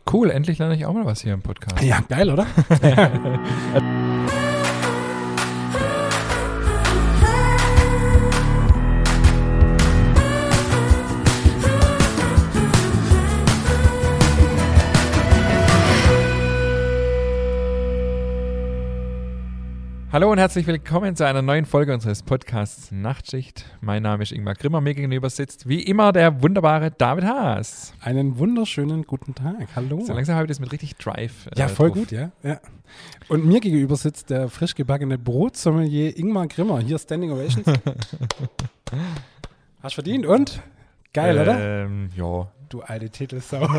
Cool, endlich lerne ich auch mal was hier im Podcast. Ja, geil, oder? Hallo und herzlich willkommen zu einer neuen Folge unseres Podcasts Nachtschicht. Mein Name ist Ingmar Grimmer, mir gegenüber sitzt wie immer der wunderbare David Haas. Einen wunderschönen guten Tag, hallo. So langsam habe ich das mit richtig Drive. Ja, voll drauf. gut, ja. Und mir gegenüber sitzt der frisch gebackene Brotsommelier Ingmar Grimmer. Hier Standing Ovations. Hast verdient und? Geil, oder? Ja. Du alte Titelsau.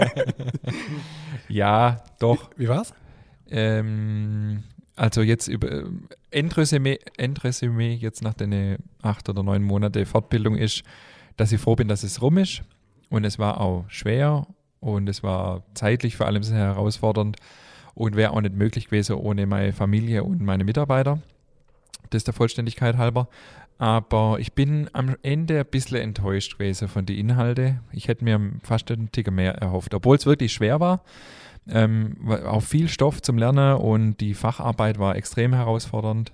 Ja, doch. Wie war's? Also jetzt über Endresümee jetzt nach den 8 oder 9 Monate Fortbildung ist, dass ich froh bin, dass es rum ist. Und es war auch schwer und es war zeitlich vor allem sehr herausfordernd und wäre auch nicht möglich gewesen ohne meine Familie und meine Mitarbeiter. Das der Vollständigkeit halber. Aber ich bin am Ende ein bisschen enttäuscht gewesen von den Inhalten. Ich hätte mir fast einen Ticken mehr erhofft, obwohl es wirklich schwer war. Auch viel Stoff zum Lernen und die Facharbeit war extrem herausfordernd.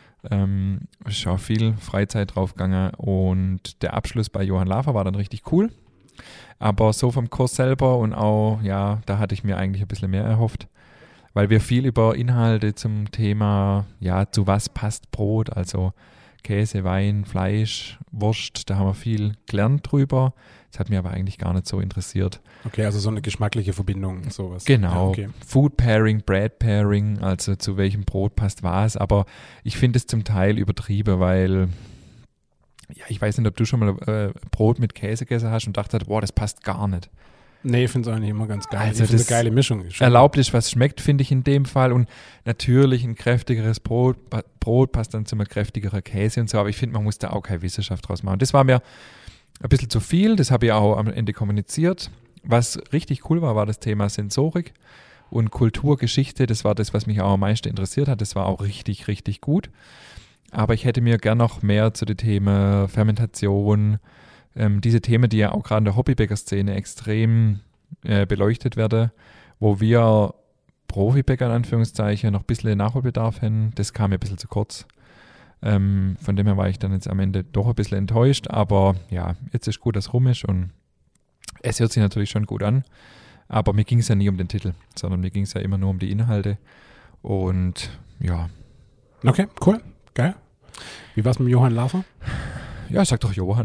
Ist auch viel Freizeit draufgegangen und der Abschluss bei Johann Lafer war dann richtig cool. Aber so vom Kurs selber und auch, ja, da hatte ich mir eigentlich ein bisschen mehr erhofft, weil wir viel über Inhalte zum Thema, ja, zu was passt Brot, also Käse, Wein, Fleisch, Wurst, da haben wir viel gelernt drüber. Das hat mich aber eigentlich gar nicht so interessiert. Okay, also so eine geschmackliche Verbindung, sowas. Genau, ja, okay. Food Pairing, Bread Pairing, also zu welchem Brot passt was, aber ich finde es zum Teil übertrieben, weil, ja, ich weiß nicht, ob du schon mal Brot mit Käse gegessen hast und dachtest, boah, das passt gar nicht. Nee, ich finde es eigentlich immer ganz geil. Also ich finde das eine geile Mischung. Erlaubt ist, was schmeckt, finde ich in dem Fall. Und natürlich ein kräftigeres Brot passt dann zu einem kräftigeren Käse und so. Aber ich finde, man muss da auch keine Wissenschaft draus machen. Das war mir ein bisschen zu viel. Das habe ich auch am Ende kommuniziert. Was richtig cool war, war das Thema Sensorik und Kulturgeschichte. Das war das, was mich auch am meisten interessiert hat. Das war auch richtig, richtig gut. Aber ich hätte mir gern noch mehr zu den Themen Fermentation, diese Themen, die ja auch gerade in der Hobbybäcker-Szene extrem beleuchtet werden, wo wir Profibäcker in Anführungszeichen noch ein bisschen Nachholbedarf haben, das kam mir ein bisschen zu kurz. Von dem her war ich dann jetzt am Ende doch ein bisschen enttäuscht, aber ja, jetzt ist gut, dass es rum ist und es hört sich natürlich schon gut an, aber mir ging es ja nie um den Titel, sondern mir ging es ja immer nur um die Inhalte und ja. Okay, cool, geil. Wie war es mit Johann Lafer? Ja, sag doch Johann.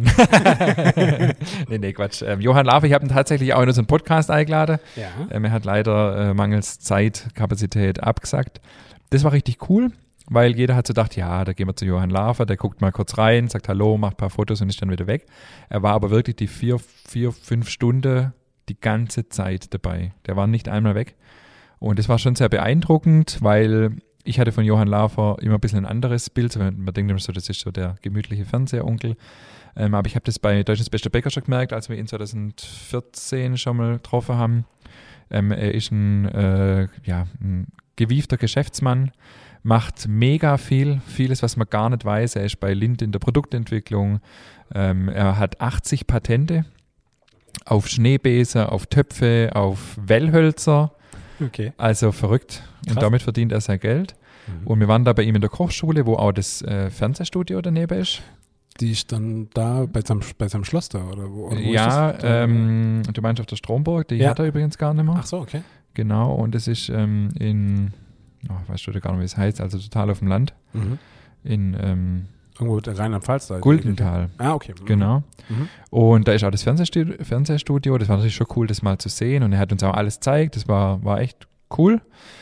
nee, Quatsch. Johann Lafer, ich habe ihn tatsächlich auch in unseren Podcast eingeladen. Ja. Er hat leider mangels Zeitkapazität abgesagt. Das war richtig cool, weil jeder hat so gedacht, ja, da gehen wir zu Johann Lafer, der guckt mal kurz rein, sagt Hallo, macht ein paar Fotos und ist dann wieder weg. Er war aber wirklich die 4-5 Stunden die ganze Zeit dabei. Der war nicht einmal weg. Und das war schon sehr beeindruckend, weil ich hatte von Johann Lafer immer ein bisschen ein anderes Bild. Man denkt immer so, das ist so der gemütliche Fernseheronkel. Aber ich habe das bei Deutschlands bester Bäcker schon gemerkt, als wir ihn 2014 schon mal getroffen haben. Er ist ein gewiefter Geschäftsmann, macht mega vieles, was man gar nicht weiß. Er ist bei Lindt in der Produktentwicklung. Er hat 80 Patente auf Schneebesen, auf Töpfe, auf Wellhölzer. Okay. Also verrückt. Krass. Und damit verdient er sein Geld. Und wir waren da bei ihm in der Kochschule, wo auch das Fernsehstudio daneben ist. Die ist dann da bei seinem Schloss da, oder wo? Oder wo Ja, ist das? du meinst auf der Stromburg, die hat er übrigens gar nicht mehr. Ach so, okay. Genau, und das ist weißt du gar nicht, wie es heißt, also total auf dem Land. Mhm. In Irgendwo der Rheinland-Pfalz da. Guldental. Ah, okay. Mhm. Genau. Mhm. Und da ist auch das Fernsehstudio, das war natürlich schon cool, das mal zu sehen. Und er hat uns auch alles gezeigt, das war echt cool.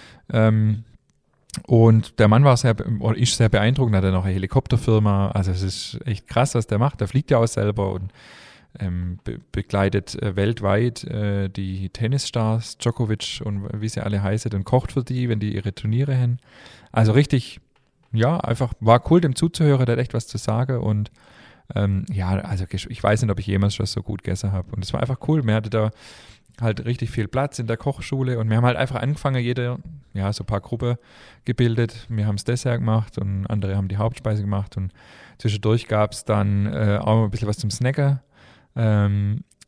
Und der Mann ist sehr beeindruckend, hat er noch eine Helikopterfirma. Also es ist echt krass, was der macht. Der fliegt ja auch selber und begleitet weltweit die Tennisstars, Djokovic und wie sie alle heißen, und kocht für die, wenn die ihre Turniere haben. Also richtig, ja, einfach war cool, dem zuzuhören, der hat echt was zu sagen und also ich weiß nicht, ob ich jemals schon so gut gegessen habe. Und es war einfach cool. Wir hatten da halt richtig viel Platz in der Kochschule und wir haben halt einfach angefangen, so ein paar Gruppen gebildet. Wir haben das Dessert gemacht und andere haben die Hauptspeise gemacht und zwischendurch gab es dann auch ein bisschen was zum Snacken.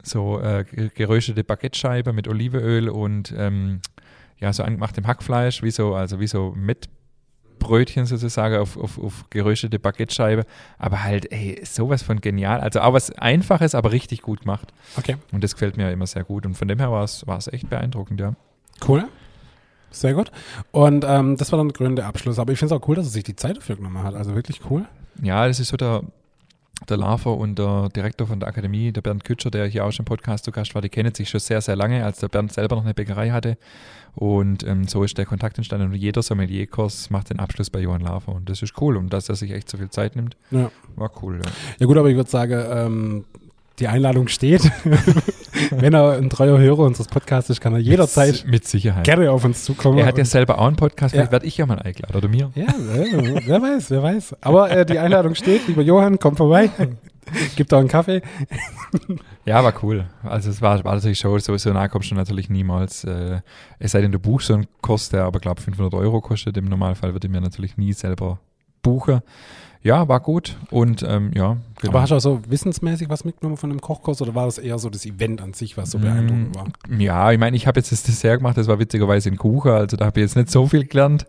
so geröstete Baguette-Scheibe mit Olivenöl und so angemachtem Hackfleisch, wie so Mettbrötchen sozusagen auf geröstete Baguette-Scheibe. Aber halt, sowas von genial. Also auch was Einfaches, aber richtig gut gemacht. Okay. Und das gefällt mir immer sehr gut. Und von dem her war es echt beeindruckend, ja. Cool. Sehr gut. Und das war dann der krönende Abschluss. Aber ich finde es auch cool, dass er sich die Zeit dafür genommen hat. Also wirklich cool. Ja, das ist so der Lafer und der Direktor von der Akademie, der Bernd Kütscher, der hier auch schon im Podcast zu Gast war, die kennen sich schon sehr, sehr lange, als der Bernd selber noch eine Bäckerei hatte. Und so ist der Kontakt entstanden. Und jeder Sommelierkurs macht den Abschluss bei Johann Lafer. Und das ist cool. Und dass er sich echt so viel Zeit nimmt, war cool. Ja. Ja gut, aber ich würde sagen, die Einladung steht. Wenn er ein treuer Hörer unseres Podcasts ist, kann er jederzeit mit Sicherheit gerne auf uns zukommen. Er hat ja selber auch einen Podcast, vielleicht werde ich ja mal eingeladen, oder mir. Ja, wer weiß. Aber die Einladung steht, lieber Johann, komm vorbei, gib da einen Kaffee. Ja, war cool. Also es war natürlich schon, so nah kommst du natürlich niemals. Es sei denn, du buchst so einen Kurs, der aber, glaube ich, 500 € kostet. Im Normalfall würde ich mir natürlich nie selber buchen. Ja, war gut und genau. Aber hast du auch so wissensmäßig was mitgenommen von dem Kochkurs oder war das eher so das Event an sich, was so beeindruckend war? Ja, ich meine, ich habe jetzt das Dessert gemacht, das war witzigerweise ein Kuchen, also da habe ich jetzt nicht so viel gelernt.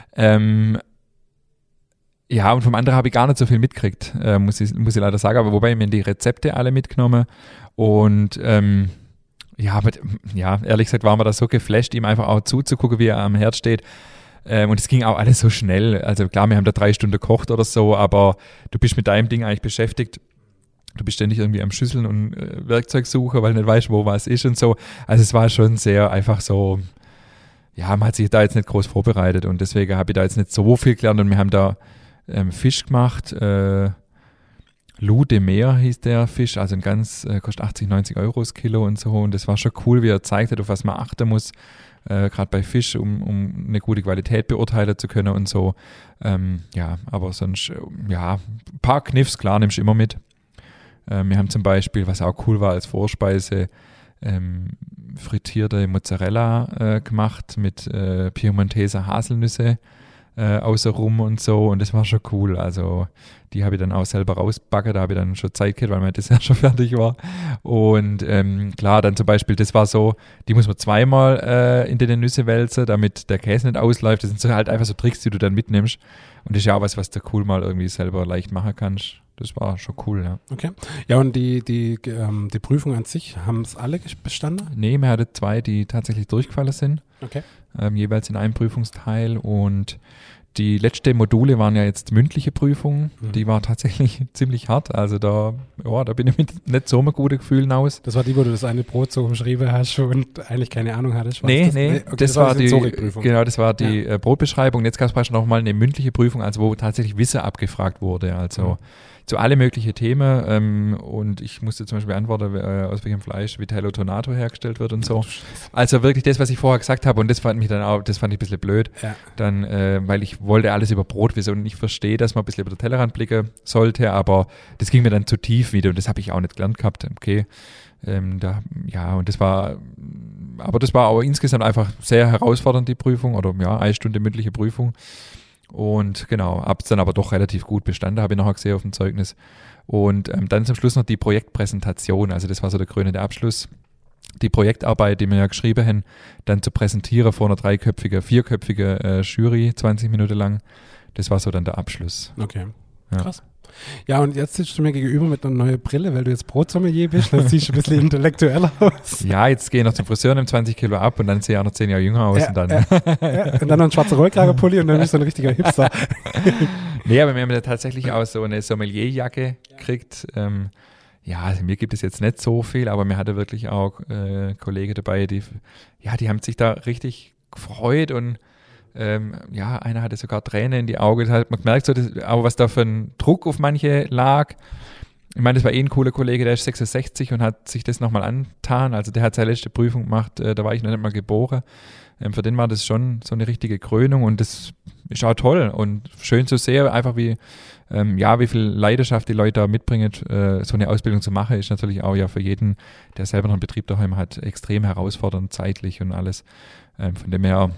Ja, und vom anderen habe ich gar nicht so viel mitgekriegt, muss ich leider sagen, aber wobei ich mir die Rezepte alle mitgenommen und ehrlich gesagt waren wir da so geflasht, ihm einfach auch zuzugucken, wie er am Herd steht. Und es ging auch alles so schnell. Also klar, wir haben da 3 Stunden gekocht oder so, aber du bist mit deinem Ding eigentlich beschäftigt. Du bist ständig irgendwie am Schüsseln und Werkzeug suchen, weil du nicht weißt, wo was ist und so. Also es war schon sehr einfach so, ja, man hat sich da jetzt nicht groß vorbereitet und deswegen habe ich da jetzt nicht so viel gelernt und wir haben da Fisch gemacht. Loup de Mer hieß der Fisch, also ein ganz, kostet 80, 90 € das Kilo und so. Und das war schon cool, wie er zeigt hat, auf was man achten muss. Gerade bei Fisch, um eine gute Qualität beurteilen zu können und so. Aber sonst, ein paar Kniffs, klar, nimmst du immer mit. Wir haben zum Beispiel, was auch cool war als Vorspeise, frittierte Mozzarella gemacht mit Piemonteser Haselnüsse außenrum und so. Und das war schon cool. Also die habe ich dann auch selber rausgebacken. Da habe ich dann schon Zeit gehabt, weil mein Dessert schon fertig war. Und klar, dann zum Beispiel, das war so, die muss man zweimal in den Nüsse wälzen, damit der Käse nicht ausläuft. Das sind so halt einfach so Tricks, die du dann mitnimmst. Und das ist ja auch was du cool mal irgendwie selber leicht machen kannst. Das war schon cool, ja. Okay. Ja, und die Prüfung an sich, haben es alle bestanden? Nee, wir hatten 2, die tatsächlich durchgefallen sind. Okay. Jeweils in einem Prüfungsteil und die letzten Module waren ja jetzt mündliche Prüfungen, die war tatsächlich ziemlich hart, also da bin ich mit nicht so einem guten Gefühl aus. Das war die, wo du das eine Brot so umschrieben hast und eigentlich keine Ahnung hattest? Nee, okay, das war die Sensorikprüfung. Genau, das war die Brotbeschreibung. Jetzt gab es noch mal eine mündliche Prüfung, also wo tatsächlich Wissen abgefragt wurde, also zu alle möglichen Themen und ich musste zum Beispiel beantworten, aus welchem Fleisch Vitello Tonato hergestellt wird und so. Also wirklich das, was ich vorher gesagt habe und das fand ich ein bisschen blöd, dann, weil ich wollte alles über Brot wissen und ich verstehe, dass man ein bisschen über den Tellerrand blicken sollte, aber das ging mir dann zu tief wieder und das habe ich auch nicht gelernt gehabt, okay. Und das war auch insgesamt einfach sehr herausfordernd, die Prüfung, oder 1 Stunde mündliche Prüfung. Und genau, hab's dann aber doch relativ gut bestanden, habe ich nachher gesehen auf dem Zeugnis. Und dann zum Schluss noch die Projektpräsentation, also das war so der krönende Abschluss. Die Projektarbeit, die wir ja geschrieben haben, dann zu präsentieren vor einer 4-köpfigen Jury, 20 Minuten lang. Das war so dann der Abschluss. Okay, krass. Ja, und jetzt sitzt du mir gegenüber mit einer neuen Brille, weil du jetzt Brotsommelier bist. Dann siehst du ein bisschen intellektueller aus. Ja, jetzt gehe ich noch zum Friseur, nehme 20 Kilo ab und dann sehe ich auch noch 10 Jahre jünger aus. Und dann und dann noch ein schwarzer Rollkragenpulli und dann bist du ein richtiger Hipster. Nee, aber wir haben ja tatsächlich auch so eine Sommelierjacke gekriegt. Also mir gibt es jetzt nicht so viel, aber mir hatte wirklich auch Kollegen dabei, die haben sich da richtig gefreut und einer hatte sogar Tränen in die Augen. Das hat man gemerkt, aber was da für ein Druck auf manche lag. Ich meine, das war ein cooler Kollege, der ist 66 und hat sich das nochmal angetan. Also der hat seine letzte Prüfung gemacht, da war ich noch nicht mal geboren. Für den war das schon so eine richtige Krönung und das ist auch toll und schön zu sehen, einfach wie viel Leidenschaft die Leute da mitbringen. So eine Ausbildung zu machen, ist natürlich auch für jeden, der selber noch einen Betrieb daheim hat, extrem herausfordernd, zeitlich und alles. Von dem her,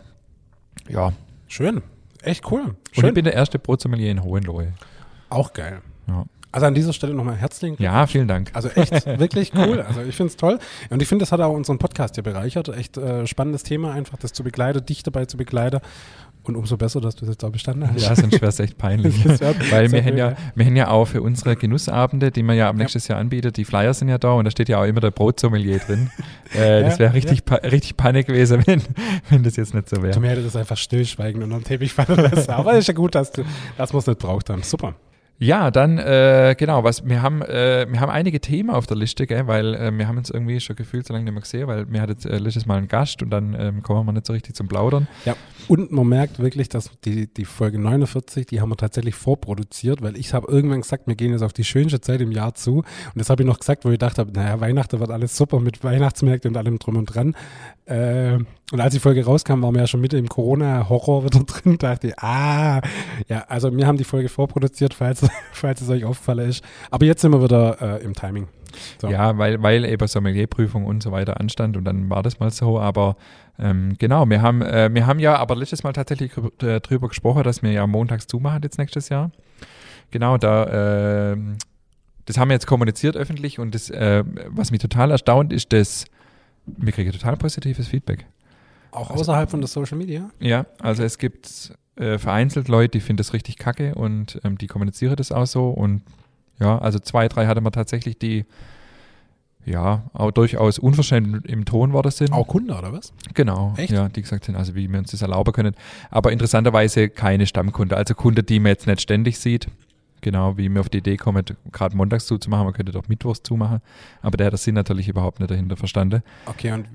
schön. Echt cool. Schön. Und ich bin der erste Brotsommelier in Hohenlohe. Auch geil. Ja. Also an dieser Stelle nochmal herzlichen Glückwunsch. Ja, vielen Dank. Also echt wirklich cool. Also ich finde es toll. Und ich finde, das hat auch unseren Podcast hier bereichert. Echt spannendes Thema, einfach das zu begleiten, dich dabei zu begleiten. Und umso besser, dass du das jetzt auch bestanden hast. Ja, sonst wäre es echt peinlich. Weil wir haben ja auch für unsere Genussabende, die man ja ab nächstes Jahr anbietet, die Flyer sind ja da und da steht ja auch immer der Brotsommelier drin. Das wäre richtig Panik gewesen, wenn das jetzt nicht so wäre. Tommy hätte das einfach stillschweigen und am Teppich fallen lassen. Aber ist ja gut, dass wir es nicht braucht haben. Super. Ja, dann, genau, wir haben einige Themen auf der Liste, gell, weil wir haben uns irgendwie schon gefühlt so lange nicht mehr gesehen, weil wir hatten letztes Mal einen Gast und dann kommen wir nicht so richtig zum Plaudern. Ja, und man merkt wirklich, dass die Folge 49, die haben wir tatsächlich vorproduziert, weil ich habe irgendwann gesagt, wir gehen jetzt auf die schönste Zeit im Jahr zu und das habe ich noch gesagt, wo ich gedacht habe, naja, Weihnachten wird alles super mit Weihnachtsmärkten und allem drum und dran. Und als die Folge rauskam, waren wir ja schon mitten im Corona-Horror wieder drin, dachte ich, ja, also wir haben die Folge vorproduziert, falls es euch aufgefallen ist. Aber jetzt sind wir wieder im Timing. So. Ja, weil eben Sommelierprüfung und so weiter anstand und dann war das mal so, aber genau, wir haben ja aber letztes Mal tatsächlich drüber gesprochen, dass wir ja montags zumachen jetzt nächstes Jahr. Genau, das haben wir jetzt kommuniziert öffentlich und das, was mich total erstaunt ist, dass wir kriegen total positives Feedback. Auch außerhalb von der Social Media? Ja, also es gibt vereinzelt Leute, die finden das richtig kacke und die kommunizieren das auch so und ja, also 2, 3 hatten wir tatsächlich, die ja auch durchaus unverschämt im Tonworte sind. Auch Kunde oder was? Genau, echt? Ja, die gesagt sind, also wie wir uns das erlauben können, aber interessanterweise keine Stammkunde, also Kunde, die man jetzt nicht ständig sieht. Genau, wie mir auf die Idee kommt, gerade montags zuzumachen, man könnte doch mittwochs zumachen, aber der hat das Sinn natürlich überhaupt nicht dahinter verstanden. Okay, und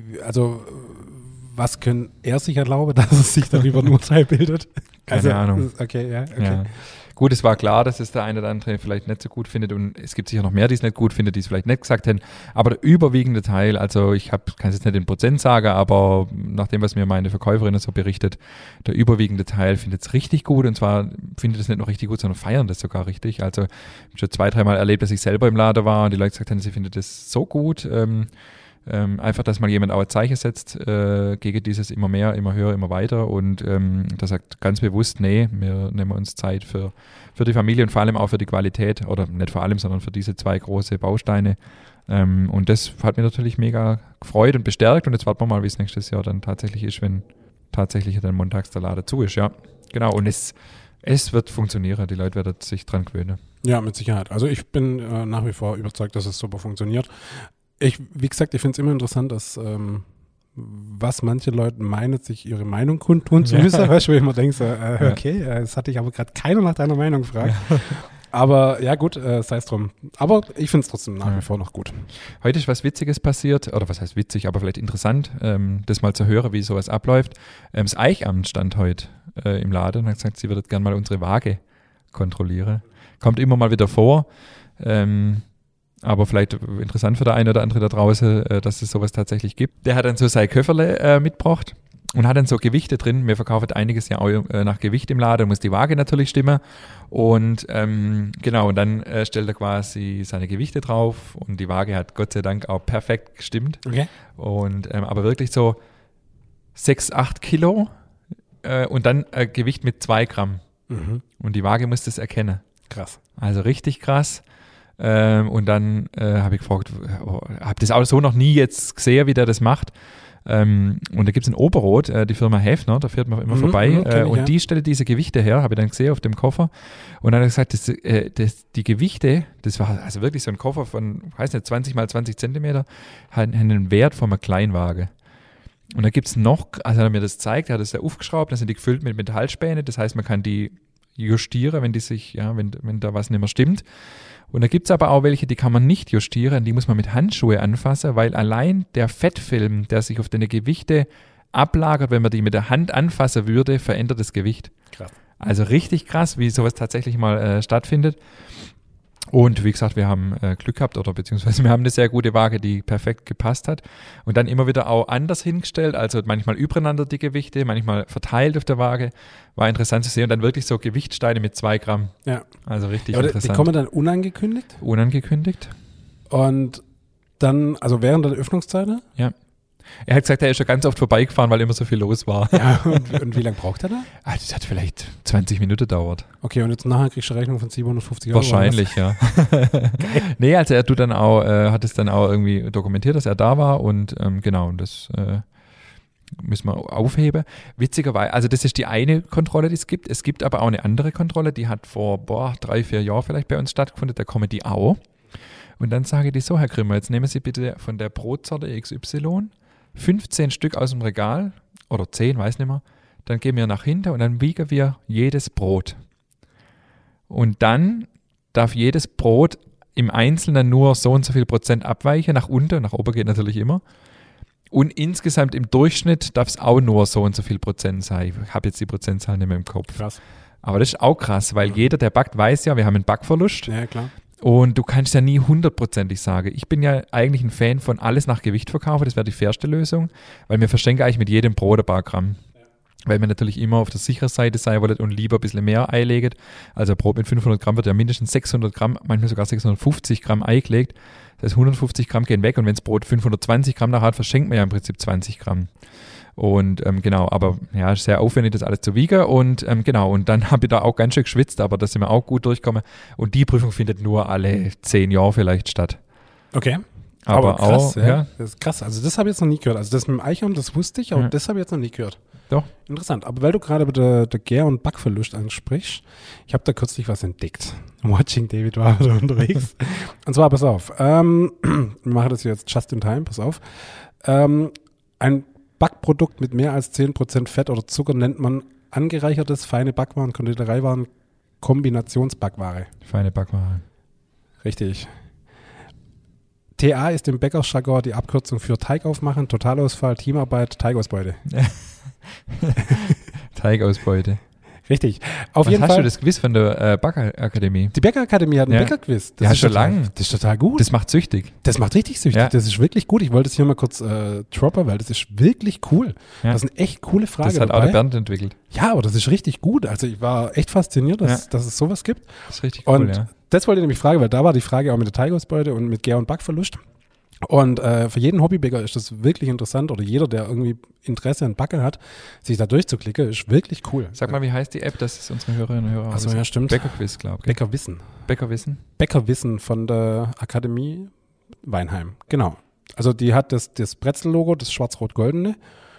was können er sich erlauben, dass er sich darüber ein Urteil bildet? Keine Ahnung. Okay, ja, okay. Ja. Gut, es war klar, dass es der eine oder andere vielleicht nicht so gut findet und es gibt sicher noch mehr, die es nicht gut finden, die es vielleicht nicht gesagt hätten, aber der überwiegende Teil, also kann es jetzt nicht in Prozent sagen, aber nach dem, was mir meine Verkäuferin so berichtet, der überwiegende Teil findet es richtig gut und zwar findet es nicht nur richtig gut, sondern feiern das sogar richtig. Also ich habe schon 2, 3 Mal erlebt, dass ich selber im Laden war und die Leute gesagt haben, sie finden das so gut, einfach, dass mal jemand auch ein Zeichen setzt gegen dieses immer mehr, immer höher, immer weiter und da sagt ganz bewusst, nee, wir nehmen uns Zeit für die Familie und vor allem auch für die Qualität oder nicht vor allem, sondern für diese 2 große Bausteine und das hat mich natürlich mega gefreut und bestärkt und jetzt warten wir mal, wie es nächstes Jahr dann tatsächlich ist, wenn tatsächlich dann montags der Laden zu ist, ja, genau und es wird funktionieren, die Leute werden sich dran gewöhnen. Ja, mit Sicherheit. Also ich bin nach wie vor überzeugt, dass es super funktioniert. Wie gesagt, ich finde es immer interessant, dass was manche Leute meinen, sich ihre Meinung kundtun zu müssen. Weißt du, wo ich immer denke, so, okay, das hatte ich aber gerade keiner nach deiner Meinung gefragt. Aber ja gut, sei es drum. Aber ich finde es trotzdem nach wie vor noch gut. Heute ist was Witziges passiert, oder was heißt witzig, aber vielleicht interessant, das mal zu hören, wie sowas abläuft. Das Eichamt stand heute im Laden und hat gesagt, sie würde gerne mal unsere Waage kontrollieren. Kommt immer mal wieder vor. Aber vielleicht interessant für der eine oder andere da draußen, dass es sowas tatsächlich gibt. Der hat dann so sein Köfferle mitgebracht und hat dann so Gewichte drin. Wir verkaufen einiges ja auch nach Gewicht im Laden, muss die Waage natürlich stimmen. Und genau, und dann stellt er quasi seine Gewichte drauf und die Waage hat Gott sei Dank auch perfekt gestimmt. Okay. Und aber wirklich so 6, 8 Kilo und dann Gewicht mit 2 Gramm. Mhm. Und die Waage muss das erkennen. Krass. Also richtig krass. Und dann habe ich gefragt, habe das auch so noch nie jetzt gesehen, wie der das macht. Und da gibt es in Oberrot, die Firma Häfner, da fährt man immer vorbei. Und die stellt diese Gewichte her, habe ich dann gesehen auf dem Koffer. Und dann hat er gesagt, die Gewichte, das war also wirklich so ein Koffer von, weiß nicht, 20 mal 20 Zentimeter, hat einen Wert von einer Kleinwaage. Und da gibt es noch, also er mir das zeigt, er hat es da aufgeschraubt, dann sind die gefüllt mit Metallspäne, das heißt, man kann die justieren, wenn die sich, ja, wenn da was nicht mehr stimmt. Und da gibt es aber auch welche, die kann man nicht justieren, die muss man mit Handschuhe anfassen, weil allein der Fettfilm, der sich auf deine Gewichte ablagert, wenn man die mit der Hand anfassen würde, verändert das Gewicht. Krass. Also richtig krass, wie sowas tatsächlich mal stattfindet. Und wie gesagt, wir haben Glück gehabt oder beziehungsweise wir haben eine sehr gute Waage, die perfekt gepasst hat und dann immer wieder auch anders hingestellt, also manchmal übereinander die Gewichte, manchmal verteilt auf der Waage. War interessant zu sehen und dann wirklich so Gewichtsteine mit 2 Gramm. Ja. Also richtig aber interessant. Die kommen dann unangekündigt? Unangekündigt. Und dann, also während der Öffnungszeiten? Ja. Er hat gesagt, er ist schon ganz oft vorbeigefahren, weil immer so viel los war. Ja, und wie lange braucht er da? Das hat vielleicht 20 Minuten gedauert. Okay, und jetzt nachher kriegst du eine Rechnung von 750 Euro. Wahrscheinlich, ja. Nee, also er tut dann auch, hat es dann auch irgendwie dokumentiert, dass er da war und genau, das müssen wir aufheben. Witzigerweise, also das ist die eine Kontrolle, die es gibt. Es gibt aber auch eine andere Kontrolle, die hat vor 3-4 Jahren vielleicht bei uns stattgefunden, da kommen die auch. Und dann sage ich so, Herr Grimmer, jetzt nehmen Sie bitte von der Brotsorte XY 15 Stück aus dem Regal oder 10, weiß nicht mehr. Dann gehen wir nach hinten und dann wiegen wir jedes Brot. Und dann darf jedes Brot im Einzelnen nur so und so viel Prozent abweichen, nach unten, nach oben geht natürlich immer. Und insgesamt im Durchschnitt darf es auch nur so und so viel Prozent sein. Ich habe jetzt die Prozentzahl nicht mehr im Kopf. Krass. Aber das ist auch krass, weil jeder, der backt, weiß ja, wir haben einen Backverlust. Ja, klar. Und du kannst ja nie 100%ig sagen. Ich bin ja eigentlich ein Fan von alles nach Gewicht verkaufen. Das wäre die fairste Lösung, weil wir verschenken eigentlich mit jedem Brot ein paar Gramm. Weil wir natürlich immer auf der sicheren Seite sein wollen und lieber ein bisschen mehr Ei legen. Also ein Brot mit 500 Gramm wird ja mindestens 600 Gramm, manchmal sogar 650 Gramm Ei gelegt. Das heißt, 150 Gramm gehen weg und wenn das Brot 520 Gramm nachher hat, verschenkt man ja im Prinzip 20 Gramm. Und genau, aber ja, ist sehr aufwendig, das alles zu wiegen und genau, und dann habe ich da auch ganz schön geschwitzt, aber da sind wir auch gut durchgekommen und die Prüfung findet nur alle 10 Jahre vielleicht statt. Okay. Aber krass, auch, ja. Das ist krass, also das habe ich jetzt noch nie gehört. Also das mit dem Eichhorn, das wusste ich, aber das habe ich jetzt noch nie gehört. Doch. Interessant, aber weil du gerade über der Gär- und Backverlust ansprichst, ich habe da kürzlich was entdeckt. Watching David war wieder unterwegs. Und zwar, pass auf, wir machen das jetzt just in time, pass auf. Ein Backprodukt mit mehr als 10% Fett oder Zucker nennt man angereichertes, feine Backwaren, Konditoreiwaren, Kombinationsbackware. Feine Backware. Richtig. TA ist im Bäckerjargon die Abkürzung für Teigaufmachen, Totalausfall, Teamarbeit, Teigausbeute. Teigausbeute. Richtig. Auf Was jeden hast Fall. du das Quiz von der Bäckerakademie? Die Bäckerakademie hat ein Ja. Bäckerquiz. Ja, ist schon total, lang. Das ist total gut. Das macht süchtig. Das macht richtig süchtig. Ja. Das ist wirklich gut. Ich wollte es hier mal kurz droppen, weil das ist wirklich cool. Ja. Das ist eine echt coole Frage Das hat auch dabei. der Bernd entwickelt. Ja, aber das ist richtig gut. Also ich war echt fasziniert, dass es sowas gibt. Das ist richtig cool, Und ja. das wollte ich nämlich fragen, weil da war die Frage auch mit der Teigausbeute und mit Gär- und Backverlust. Und für jeden Hobbybäcker ist das wirklich interessant oder jeder, der irgendwie Interesse an Backen hat, sich da durchzuklicken, ist wirklich cool. Sag mal, wie heißt die App, dass es unsere Hörerinnen und Hörer Achso, ja, stimmt. Bäckerquiz, glaube ich. Bäckerwissen. Bäckerwissen? Bäckerwissen von der Akademie Weinheim. Genau. Also die hat das Brezel-Logo, das schwarz-rot-goldene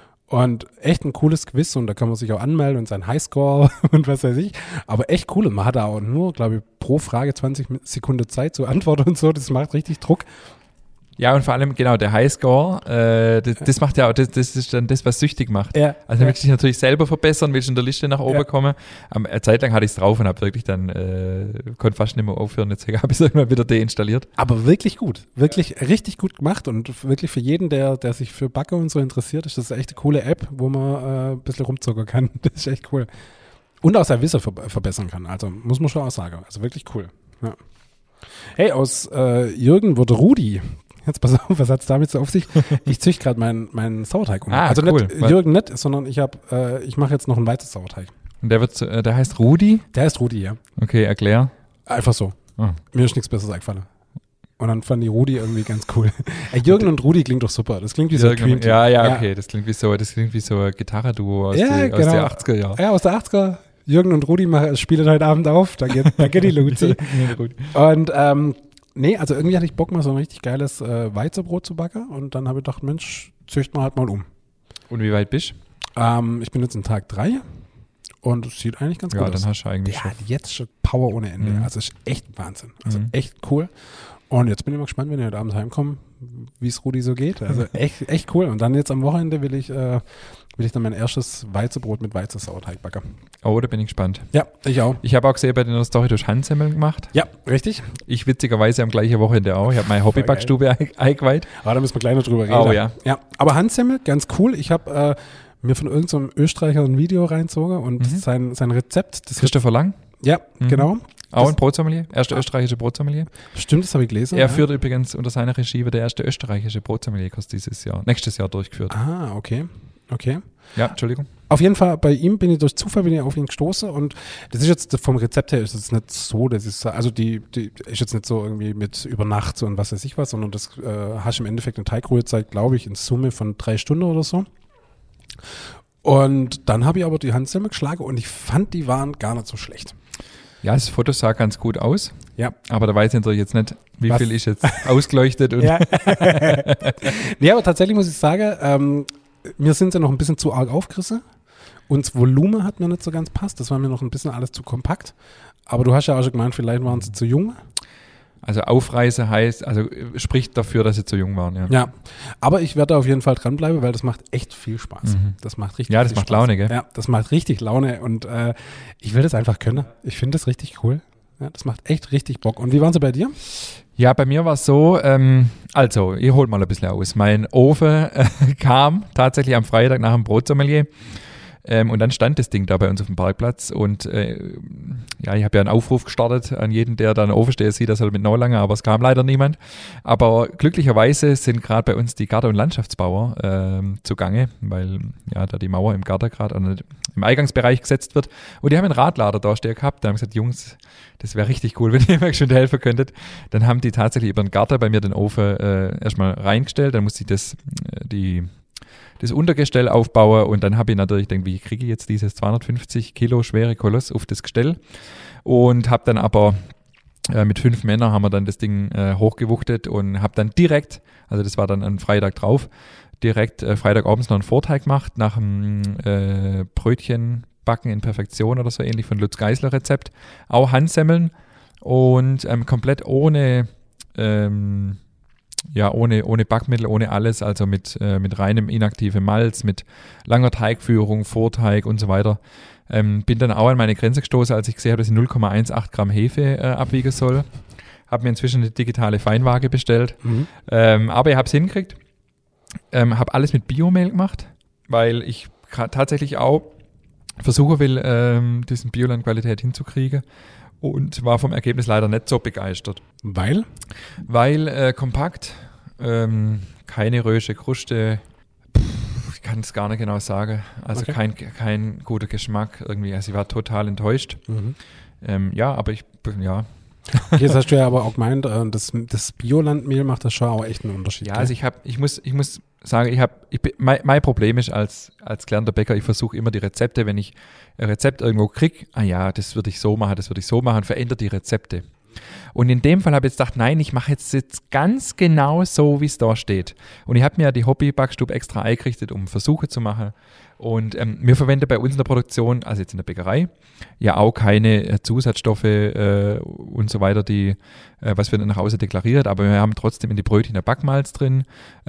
und echt ein cooles Quiz und da kann man sich auch anmelden und seinen Highscore und was weiß ich. Aber echt cool und man hat da auch nur, glaube ich, pro Frage 20 Sekunden Zeit zu antworten und so. Das macht richtig Druck. Ja, und vor allem, genau, der Highscore, das macht ja auch, das ist dann das, was süchtig macht. Ja. Also willst du dich natürlich selber verbessern, willst in der Liste nach oben kommen. Eine Zeit lang hatte ich es drauf und habe wirklich dann, konnte fast nicht mehr aufhören, jetzt habe ich es irgendwann wieder deinstalliert. Aber wirklich gut. Wirklich richtig gut gemacht und wirklich für jeden, der sich für Backe und so interessiert, ist das echt eine coole App, wo man ein bisschen rumzocken kann. Das ist echt cool. Und auch sein Wissen verbessern kann. Also muss man schon auch sagen. Also wirklich cool. Ja. Hey, aus Jürgen wurde Rudi. Jetzt pass auf, was hat es damit so auf sich? Ich züchte gerade meinen Sauerteig um. Also cool. nicht Jürgen nicht, sondern ich mache jetzt noch einen weiteren Sauerteig. Und der heißt Rudi? Der heißt Rudi, ja. Okay, erklär. Einfach so. Oh. Mir ist nichts Besseres eingefallen. Und dann fand ich Rudi irgendwie ganz cool. Jürgen und Rudi klingt doch super. Das klingt wie so ein Dream Team. Ja, okay. Das klingt wie so ein Gitarrenduo aus den 80er Jahren. Ja, aus der 80er. Jürgen und Rudi spielen heute Abend auf. Da geht die Luzi. Und nee, also irgendwie hatte ich Bock, mal so ein richtig geiles Weizenbrot zu backen. Und dann habe ich gedacht, Mensch, züchten wir halt mal um. Und wie weit bist du? Ich bin jetzt in Tag 3 und es sieht eigentlich ganz gut aus. Ja, dann hast du eigentlich Der schon. hat jetzt schon Power ohne Ende. Mhm. Also ist echt Wahnsinn. Also echt cool. Und jetzt bin ich mal gespannt, wenn ich heute Abend heimkomme, wie es Rudi so geht. Also echt cool. Und dann jetzt am Wochenende will ich dann mein erstes Weizenbrot mit Weizensauerteig backen. Oh, da bin ich gespannt. Ja, ich auch. Ich habe auch gesehen, bei der Story durch Handsemmeln gemacht. Ja, richtig. Ich witzigerweise am gleichen Wochenende auch. Ich habe meine Hobbybackstube eingeweiht. Aber da müssen wir gleich noch drüber reden. Oh ja. Ja, aber Handsemmel, ganz cool. Ich habe mir von irgendeinem Österreicher ein Video reinzogen und sein Rezept. Christopher Lang? Ja, genau. Auch ein Brotsommelier, erster österreichischer Brotsommelier. Stimmt, das habe ich gelesen. Er führt übrigens unter seiner Regie der erste österreichische Brotsommelier-Kurs nächstes Jahr durchgeführt. Ah, okay. Ja, Entschuldigung. Auf jeden Fall, bei ihm bin ich durch Zufall auf ihn gestoßen und das ist jetzt vom Rezept her ist es nicht so, das ist, also die ist jetzt nicht so irgendwie mit über Nacht so und was weiß ich was, sondern das hast im Endeffekt eine Teigruhezeit, glaube ich, in Summe von 3 Stunden oder so. Und dann habe ich aber die Handsemmel geschlagen und ich fand, die waren gar nicht so schlecht. Ja, das Foto sah ganz gut aus. Ja. Aber da weiß ich natürlich jetzt nicht, wie viel ist jetzt ausgeleuchtet. Und ja. Nee, aber tatsächlich muss ich sagen, mir sind sie noch ein bisschen zu arg aufgerissen. Und das Volumen hat mir nicht so ganz passt. Das war mir noch ein bisschen alles zu kompakt. Aber du hast ja auch schon gemeint, vielleicht waren sie zu jung. Also Aufreise heißt, also spricht dafür, dass sie zu jung waren. Ja, aber ich werde auf jeden Fall dranbleiben, weil das macht echt viel Spaß. Das macht richtig Ja, das viel macht Spaß. Laune, gell? Ja, das macht richtig Laune und ich will das einfach können. Ich finde das richtig cool. Ja, das macht echt richtig Bock. Und wie waren sie bei dir? Ja, bei mir war es so, also, ich hole mal ein bisschen aus. Mein Ofen kam tatsächlich am Freitag nach dem Brotsommelier. Und dann stand das Ding da bei uns auf dem Parkplatz und ja, ich habe ja einen Aufruf gestartet an jeden, der da einen Ofen steht, sieht das halt mit Neulange, aber es kam leider niemand. Aber glücklicherweise sind gerade bei uns die Garten- und Landschaftsbauer zugange, weil ja da die Mauer im Garten gerade im Eingangsbereich gesetzt wird. Und die haben einen Radlader da stehen gehabt. Da haben gesagt, Jungs, das wäre richtig cool, wenn ihr mir schon helfen könntet. Dann haben die tatsächlich über den Garten bei mir den Ofen erstmal reingestellt. Dann musste ich das Untergestell aufbauen und dann habe ich natürlich gedacht, wie kriege ich jetzt dieses 250 Kilo schwere Koloss auf das Gestell und habe dann aber mit 5 Männern haben wir dann das Ding hochgewuchtet und habe dann direkt, also das war dann am Freitag drauf, direkt Freitagabends noch einen Vorteig gemacht nach dem Brötchenbacken in Perfektion oder so ähnlich von Lutz Geisler Rezept, auch Handsemmeln und komplett ohne ohne Backmittel, ohne alles, also mit reinem inaktivem Malz, mit langer Teigführung, Vorteig und so weiter. Bin dann auch an meine Grenze gestoßen, als ich gesehen habe, dass ich 0,18 Gramm Hefe abwiegen soll. Habe mir inzwischen eine digitale Feinwaage bestellt. Aber ich habe es hingekriegt. Habe alles mit Biomehl gemacht, weil ich tatsächlich auch versuchen will, diesen Bioland-Qualität hinzukriegen. Und war vom Ergebnis leider nicht so begeistert. Weil? Weil kompakt, keine rösche Kruste, ich kann es gar nicht genau sagen. Also okay. kein guter Geschmack irgendwie. Also ich war total enttäuscht. Aber ja. Okay, das hast du ja aber auch gemeint, das Biolandmehl macht das schon auch echt einen Unterschied. Ja, also ich muss sagen, mein Problem ist als gelernter Bäcker, ich versuche immer die Rezepte, wenn ich ein Rezept irgendwo kriege, das würde ich so machen, verändert die Rezepte. Und in dem Fall habe ich jetzt gedacht, nein, ich mache jetzt ganz genau so, wie es da steht. Und ich habe mir ja die Hobby-Backstube extra eingerichtet, um Versuche zu machen. Und wir verwenden bei uns in der Produktion, also jetzt in der Bäckerei, ja auch keine Zusatzstoffe und so weiter, die was wir nach außen deklariert, aber wir haben trotzdem in die Brötchen ein Backmalz drin,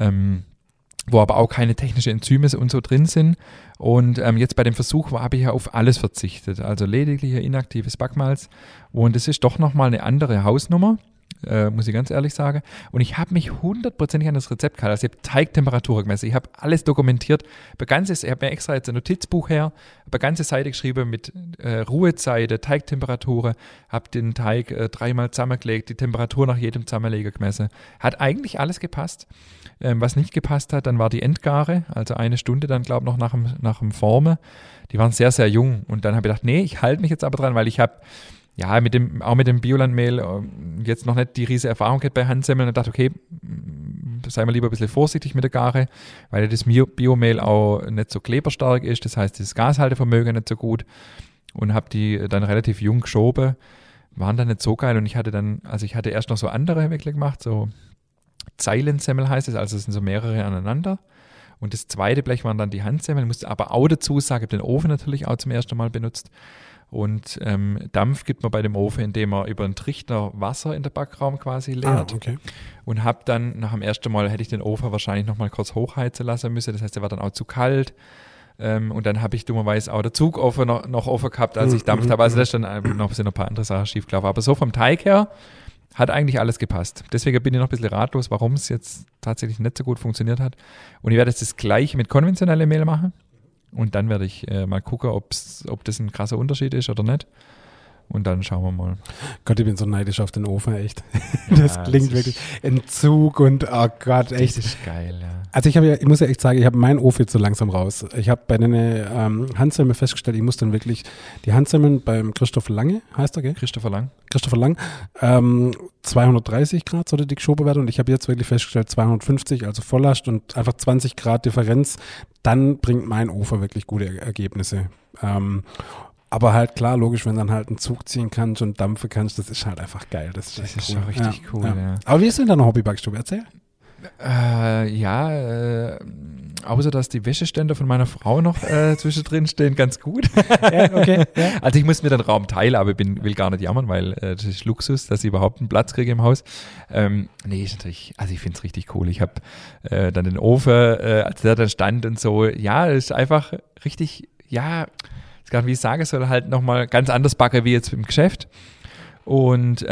wo aber auch keine technischen Enzyme und so drin sind. Und jetzt bei dem Versuch habe ich ja auf alles verzichtet, also lediglich ein inaktives Backmalz. Und es ist doch nochmal eine andere Hausnummer, muss ich ganz ehrlich sagen. Und ich habe mich 100% an das Rezept gehalten. Also ich habe Teigtemperatur gemessen, ich habe alles dokumentiert. Ich habe mir extra jetzt ein Notizbuch her, habe eine ganze Seite geschrieben mit Ruhezeiten, Teigtemperaturen, habe den Teig 3-mal zusammengelegt, die Temperatur nach jedem Zusammenlegen gemessen. Hat eigentlich alles gepasst. Was nicht gepasst hat, dann war die Endgare, also 1 Stunde dann, glaube ich, noch nach dem Formen. Die waren sehr, sehr jung. Und dann habe ich gedacht, nee, ich halte mich jetzt aber dran, weil ich habe mit dem Biolandmehl jetzt noch nicht die riesige Erfahrung gehabt bei Handsemmeln und dachte, okay, sei mal lieber ein bisschen vorsichtig mit der Gare, weil das Biomehl auch nicht so kleberstark ist, das heißt, das Gashaltevermögen nicht so gut und habe die dann relativ jung geschoben, waren dann nicht so geil und ich hatte erst noch so andere wirklich gemacht, so Zeilensemmel heißt es, also es sind so mehrere aneinander. Und das zweite Blech waren dann die Handsemmeln, musste aber auch dazu sagen, ich habe den Ofen natürlich auch zum ersten Mal benutzt. Und Dampf gibt man bei dem Ofen, indem man über einen Trichter Wasser in den Backraum quasi leert. Okay. Und habe dann nach dem ersten Mal, hätte ich den Ofen wahrscheinlich nochmal kurz hochheizen lassen müssen. Das heißt, der war dann auch zu kalt. Und dann habe ich dummerweise auch den Zugofen noch offen gehabt, als ich dampft habe. Also das sind noch ein paar andere Sachen schiefgelaufen. Aber so vom Teig her hat eigentlich alles gepasst. Deswegen bin ich noch ein bisschen ratlos, warum es jetzt tatsächlich nicht so gut funktioniert hat. Und ich werde jetzt das Gleiche mit konventionellem Mehl machen. Und dann werde ich mal gucken, ob das ein krasser Unterschied ist oder nicht. und dann schauen wir mal. Gott, ich bin so neidisch auf den Ofen, echt. Das Ja, klingt wirklich Entzug und oh Gott, echt. Das ist geil, ja. Also ich muss ja echt sagen, ich habe meinen Ofen jetzt so langsam raus. Ich habe bei den Handsemmeln festgestellt, ich muss dann wirklich die Handsemmeln beim Christoph Lange, heißt er, gell? Christopher Lang. 230 Grad sollte die geschoben werden und ich habe jetzt wirklich festgestellt 250, also Volllast und einfach 20 Grad Differenz, dann bringt mein Ofen wirklich gute Ergebnisse. Aber halt klar, logisch, wenn du dann halt einen Zug ziehen kannst und dampfen kannst, das ist halt einfach geil. Das ist cool. Schon richtig cool, ja. Aber wie ist denn deine Hobbybackstube? Erzähl. Außer dass die Wäscheständer von meiner Frau noch zwischendrin stehen, ganz gut. Ja, okay. Ja. Also ich muss mir den Raum teilen, aber will gar nicht jammern, weil das ist Luxus, dass ich überhaupt einen Platz kriege im Haus. Ist natürlich, also ich finde es richtig cool. Ich habe dann den Ofen, als der dann stand und so, ja, das ist einfach richtig, ja, ich weiß gar nicht, wie ich sagen soll, halt nochmal ganz anders backen wie jetzt im Geschäft. Und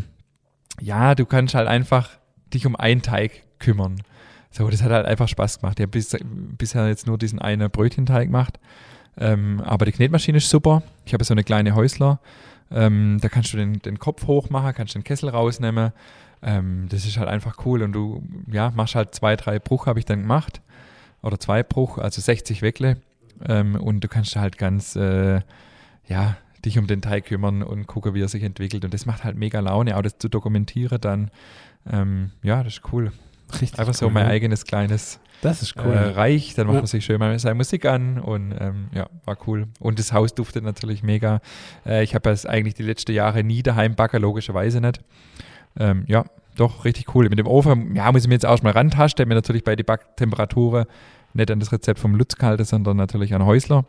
du kannst halt einfach dich um einen Teig kümmern. So, das hat halt einfach Spaß gemacht. Ich habe bisher jetzt nur diesen einen Brötchenteig gemacht. Aber die Knetmaschine ist super. Ich habe so eine kleine Häusler. Da kannst du den Kopf hochmachen, kannst den Kessel rausnehmen. Das ist halt einfach cool. Und du machst halt 2-3 Bruch, habe ich dann gemacht. Oder 2 Bruch, also 60 Weckle. Und du kannst halt ganz dich um den Teig kümmern und gucken, wie er sich entwickelt. Und das macht halt mega Laune, auch das zu dokumentieren dann. Das ist cool. Richtig einfach so mein eigenes kleines das ist cool. Reich. Dann macht man sich schön mal seine Musik an und war cool. Und das Haus duftet natürlich mega. Ich habe es eigentlich die letzten Jahre nie daheim backen, logischerweise nicht. Doch, richtig cool. Mit dem Ofen, muss ich mir jetzt auch mal rantasten, der mir natürlich bei den Backtemperaturen nicht an das Rezept vom Lutz gehalten, sondern natürlich an Häusler,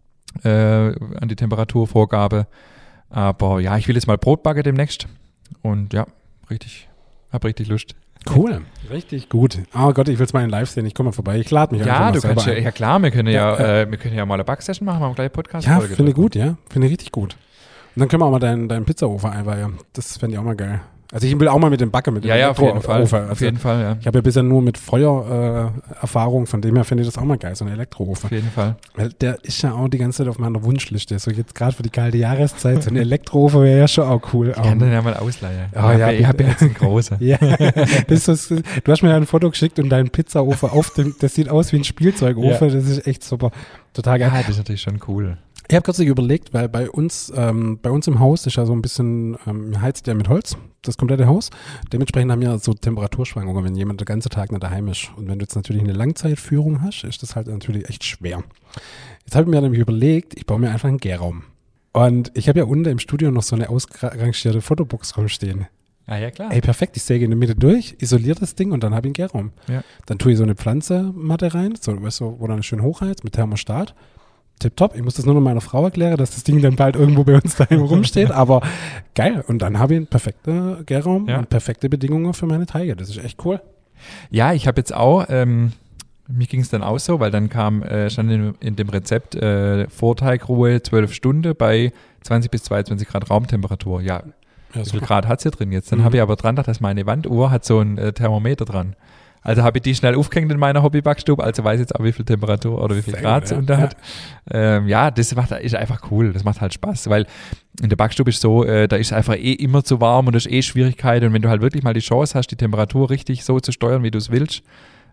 an die Temperaturvorgabe. Aber ich will jetzt mal Brot backen demnächst. Und habe richtig Lust. Cool, richtig gut. Oh Gott, ich will es mal in live sehen. Ich komme mal vorbei. Ich lade mich einfach mal selber ein. Ja klar, wir können ja mal eine Backsession machen, mal gleich eine Podcast-Folge. Ja, finde gut, ja. Finde ich richtig gut. Und dann können wir auch mal deinen Pizzaofen einweihen. Das fände ich auch mal geil. Also ich will auch mal mit dem Backen, mit dem auf jeden Fall. Ofen. Auf jeden Fall, ja. Ich habe ja bisher nur mit Feuer Erfahrung, von dem her finde ich das auch mal geil, so ein Elektroofen. Auf jeden Fall. Weil der ist ja auch die ganze Zeit auf meiner Wunschliste. So jetzt gerade für die kalte Jahreszeit, so ein Elektroofen wäre ja schon auch cool. Ich kann den ja mal ausleihen. Ich habe jetzt einen großen. Ja, du hast mir ja ein Foto geschickt und deinen Pizzaofen das sieht aus wie ein Spielzeugofen, das ist echt super. Total geil. Ja, das ist natürlich schon cool. Ich habe kürzlich überlegt, weil bei uns im Haus ist ja so ein bisschen, heizt ja mit Holz, das komplette Haus. Dementsprechend haben wir so Temperaturschwankungen, wenn jemand den ganzen Tag nicht daheim ist. Und wenn du jetzt natürlich eine Langzeitführung hast, ist das halt natürlich echt schwer. Jetzt habe ich mir nämlich überlegt, ich baue mir einfach einen Gärraum. Und ich habe ja unten im Studio noch so eine ausrangierte Fotobox rumstehen. Ah ja, klar. Ey, perfekt, ich säge in der Mitte durch, isoliere das Ding und dann habe ich einen Gärraum. Ja. Dann tue ich so eine Pflanzematte rein, so, weißt du, wo dann schön hochheizt mit Thermostat. Tipptopp. Ich muss das nur noch meiner Frau erklären, dass das Ding dann bald irgendwo bei uns daheim rumsteht, aber geil. Und dann habe ich einen perfekten Gärraum und perfekte Bedingungen für meine Teige. Das ist echt cool. Ja, ich habe jetzt auch, mir ging es dann auch so, weil dann stand in dem Rezept Vorteigruhe 12 Stunden bei 20 bis 22 Grad Raumtemperatur. Ja, wie viel Grad hat sie drin jetzt? Dann habe ich aber dran gedacht, dass meine Wanduhr hat so ein Thermometer dran. Also habe ich die schnell aufgehängt in meiner Hobbybackstube, also weiß ich jetzt auch, wie viel Temperatur oder wie viel Grad sie unter hat. Das ist einfach cool, das macht halt Spaß, weil in der Backstube ist so, da ist einfach immer zu warm und das ist Schwierigkeit und wenn du halt wirklich mal die Chance hast, die Temperatur richtig so zu steuern, wie du es willst,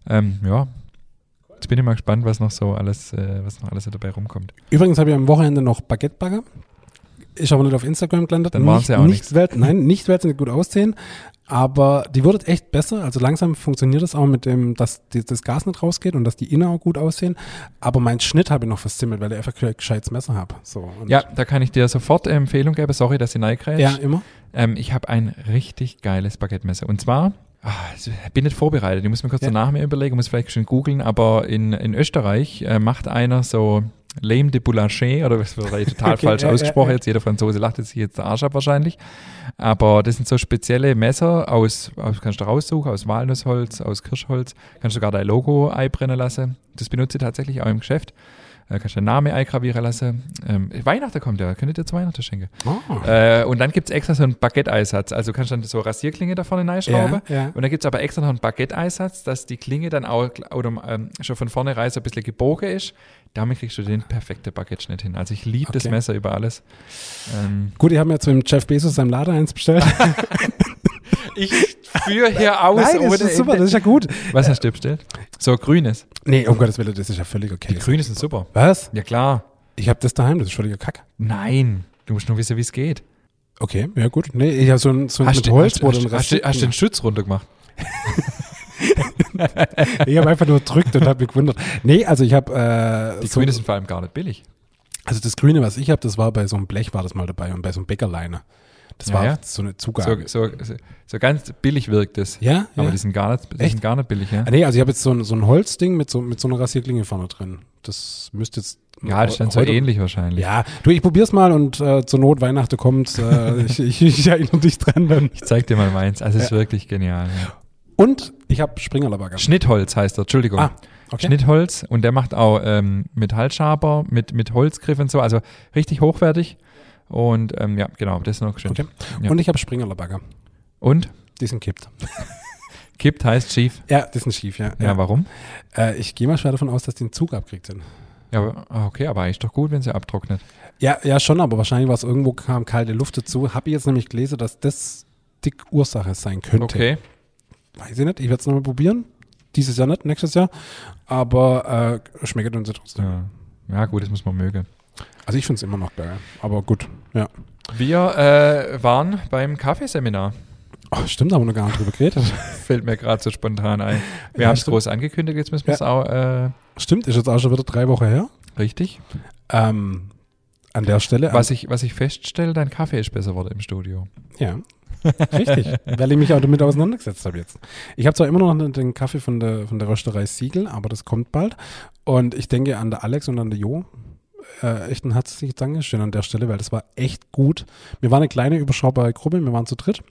jetzt bin ich mal gespannt, was noch alles dabei rumkommt. Übrigens habe ich am Wochenende noch Baguette-Bagger. Ist aber nicht auf Instagram gelandet. Dann waren sie auch nichts. Nicht, weil sie nicht gut aussehen. Aber die wird echt besser. Also langsam funktioniert es auch mit dem, dass das Gas nicht rausgeht und dass die innen auch gut aussehen. Aber meinen Schnitt habe ich noch verzimmelt, weil ich einfach kein gescheites Messer habe. So, ja, da kann ich dir sofort Empfehlung geben. Sorry, dass ich reingrätsche. Ja, immer. Ich habe ein richtig geiles Baguette-Messer. Und zwar, ich bin nicht vorbereitet. Ich muss mir kurz danach mir überlegen, muss vielleicht schon googeln. Aber in Österreich macht einer so Lame de Boulanger, oder das wird total falsch ausgesprochen jetzt, jeder Franzose lacht jetzt den Arsch ab wahrscheinlich, aber das sind so spezielle Messer kannst du raussuchen, aus Walnussholz, aus Kirschholz, kannst du sogar dein Logo einbrennen lassen, das benutze ich tatsächlich auch im Geschäft, Kannst du einen Namen eingravieren lassen. Weihnachten kommt ja, könntet ihr zu Weihnachten schenken. Oh. Und dann gibt es extra so einen Baguette-Eisatz. Also kannst du dann so Rasierklinge da vorne reinschrauben. Ja. Und dann gibt es aber extra noch einen Baguette-Eisatz, dass die Klinge dann auch schon von vornherein so ein bisschen gebogen ist. Damit kriegst du den perfekten Baguette-Schnitt hin. Also ich liebe das Messer über alles. Gut, ich habe mir jetzt mit Jeff Bezos seinem Laden eins bestellt. Ich führe hier aus. Nein, das ist super, das ist ja gut. Was hast du bestellt? So grünes. Nee, um Gottes Willen, das ist ja völlig okay. Die grünen sind super. Was? Ja, klar. Ich habe das daheim, das ist völliger Kack. Nein, du musst nur wissen, wie es geht. Okay, ja gut. Nee, ich habe so ein mit Hast Holz, wo du dann den Schütz runtergemacht? Ich habe einfach nur gedrückt und habe mich gewundert. Nee, also ich habe... Die grünen sind vor allem gar nicht billig. Also das Grüne, was ich habe, das war bei so einem Blech war das mal dabei und bei so einem Bäckerleine. Das war so eine Zugabe. So ganz billig wirkt es. Ja? Aber die sind gar nicht billig, ja. Nee, also ich habe jetzt so ein Holzding mit so einer Rasierklinge vorne drin. Das müsste jetzt... Ja, das ist dann so ähnlich wahrscheinlich. Ja, du, ich probier's mal und zur Not Weihnachten kommt, ich erinnere dich dran dann. Ich zeig dir mal meins. Also es ist wirklich genial. Ja. Und ich habe Springerler-Bagger. Schnittholz heißt er, Entschuldigung. Okay. Schnittholz und der macht auch Metallschaber mit Holzgriff und so, also richtig hochwertig. Und ja, genau, das ist noch schön. Okay. Ja. Und ich habe Springerler-Bagger. Und? Die sind kippt. Kippt heißt schief? Ja, die sind schief, ja. Ja, warum? Ich gehe mal schwer davon aus, dass die einen Zug abkriegt sind. Ja, okay, aber eigentlich doch gut, wenn sie abtrocknet. Ja, schon, aber wahrscheinlich war es irgendwo, kam kalte Luft dazu. Habe ich jetzt nämlich gelesen, dass das die Ursache sein könnte. Okay. Weiß ich nicht, ich werde es nochmal probieren. Dieses Jahr nicht, nächstes Jahr. Aber schmeckt uns trotzdem. Ja, gut, das muss man mögen. Also ich finde es immer noch geil, aber gut, ja. Wir waren beim Kaffeeseminar. Oh, stimmt, da haben wir noch gar nicht drüber geredet. Fällt mir gerade so spontan ein. Wir haben es groß angekündigt, jetzt müssen wir es auch... Stimmt, ist jetzt auch schon wieder 3 Wochen her. Richtig. An der Stelle... Was ich feststelle, dein Kaffee ist besser geworden im Studio. Ja, richtig, weil ich mich auch damit auseinandergesetzt habe jetzt. Ich habe zwar immer noch den Kaffee von der Rösterei Siegel, aber das kommt bald. Und ich denke an der Alex und an der Jo. Echt ein herzliches Dankeschön an der Stelle, weil das war echt gut. Wir waren eine kleine, überschaubare Gruppe, wir waren zu dritt.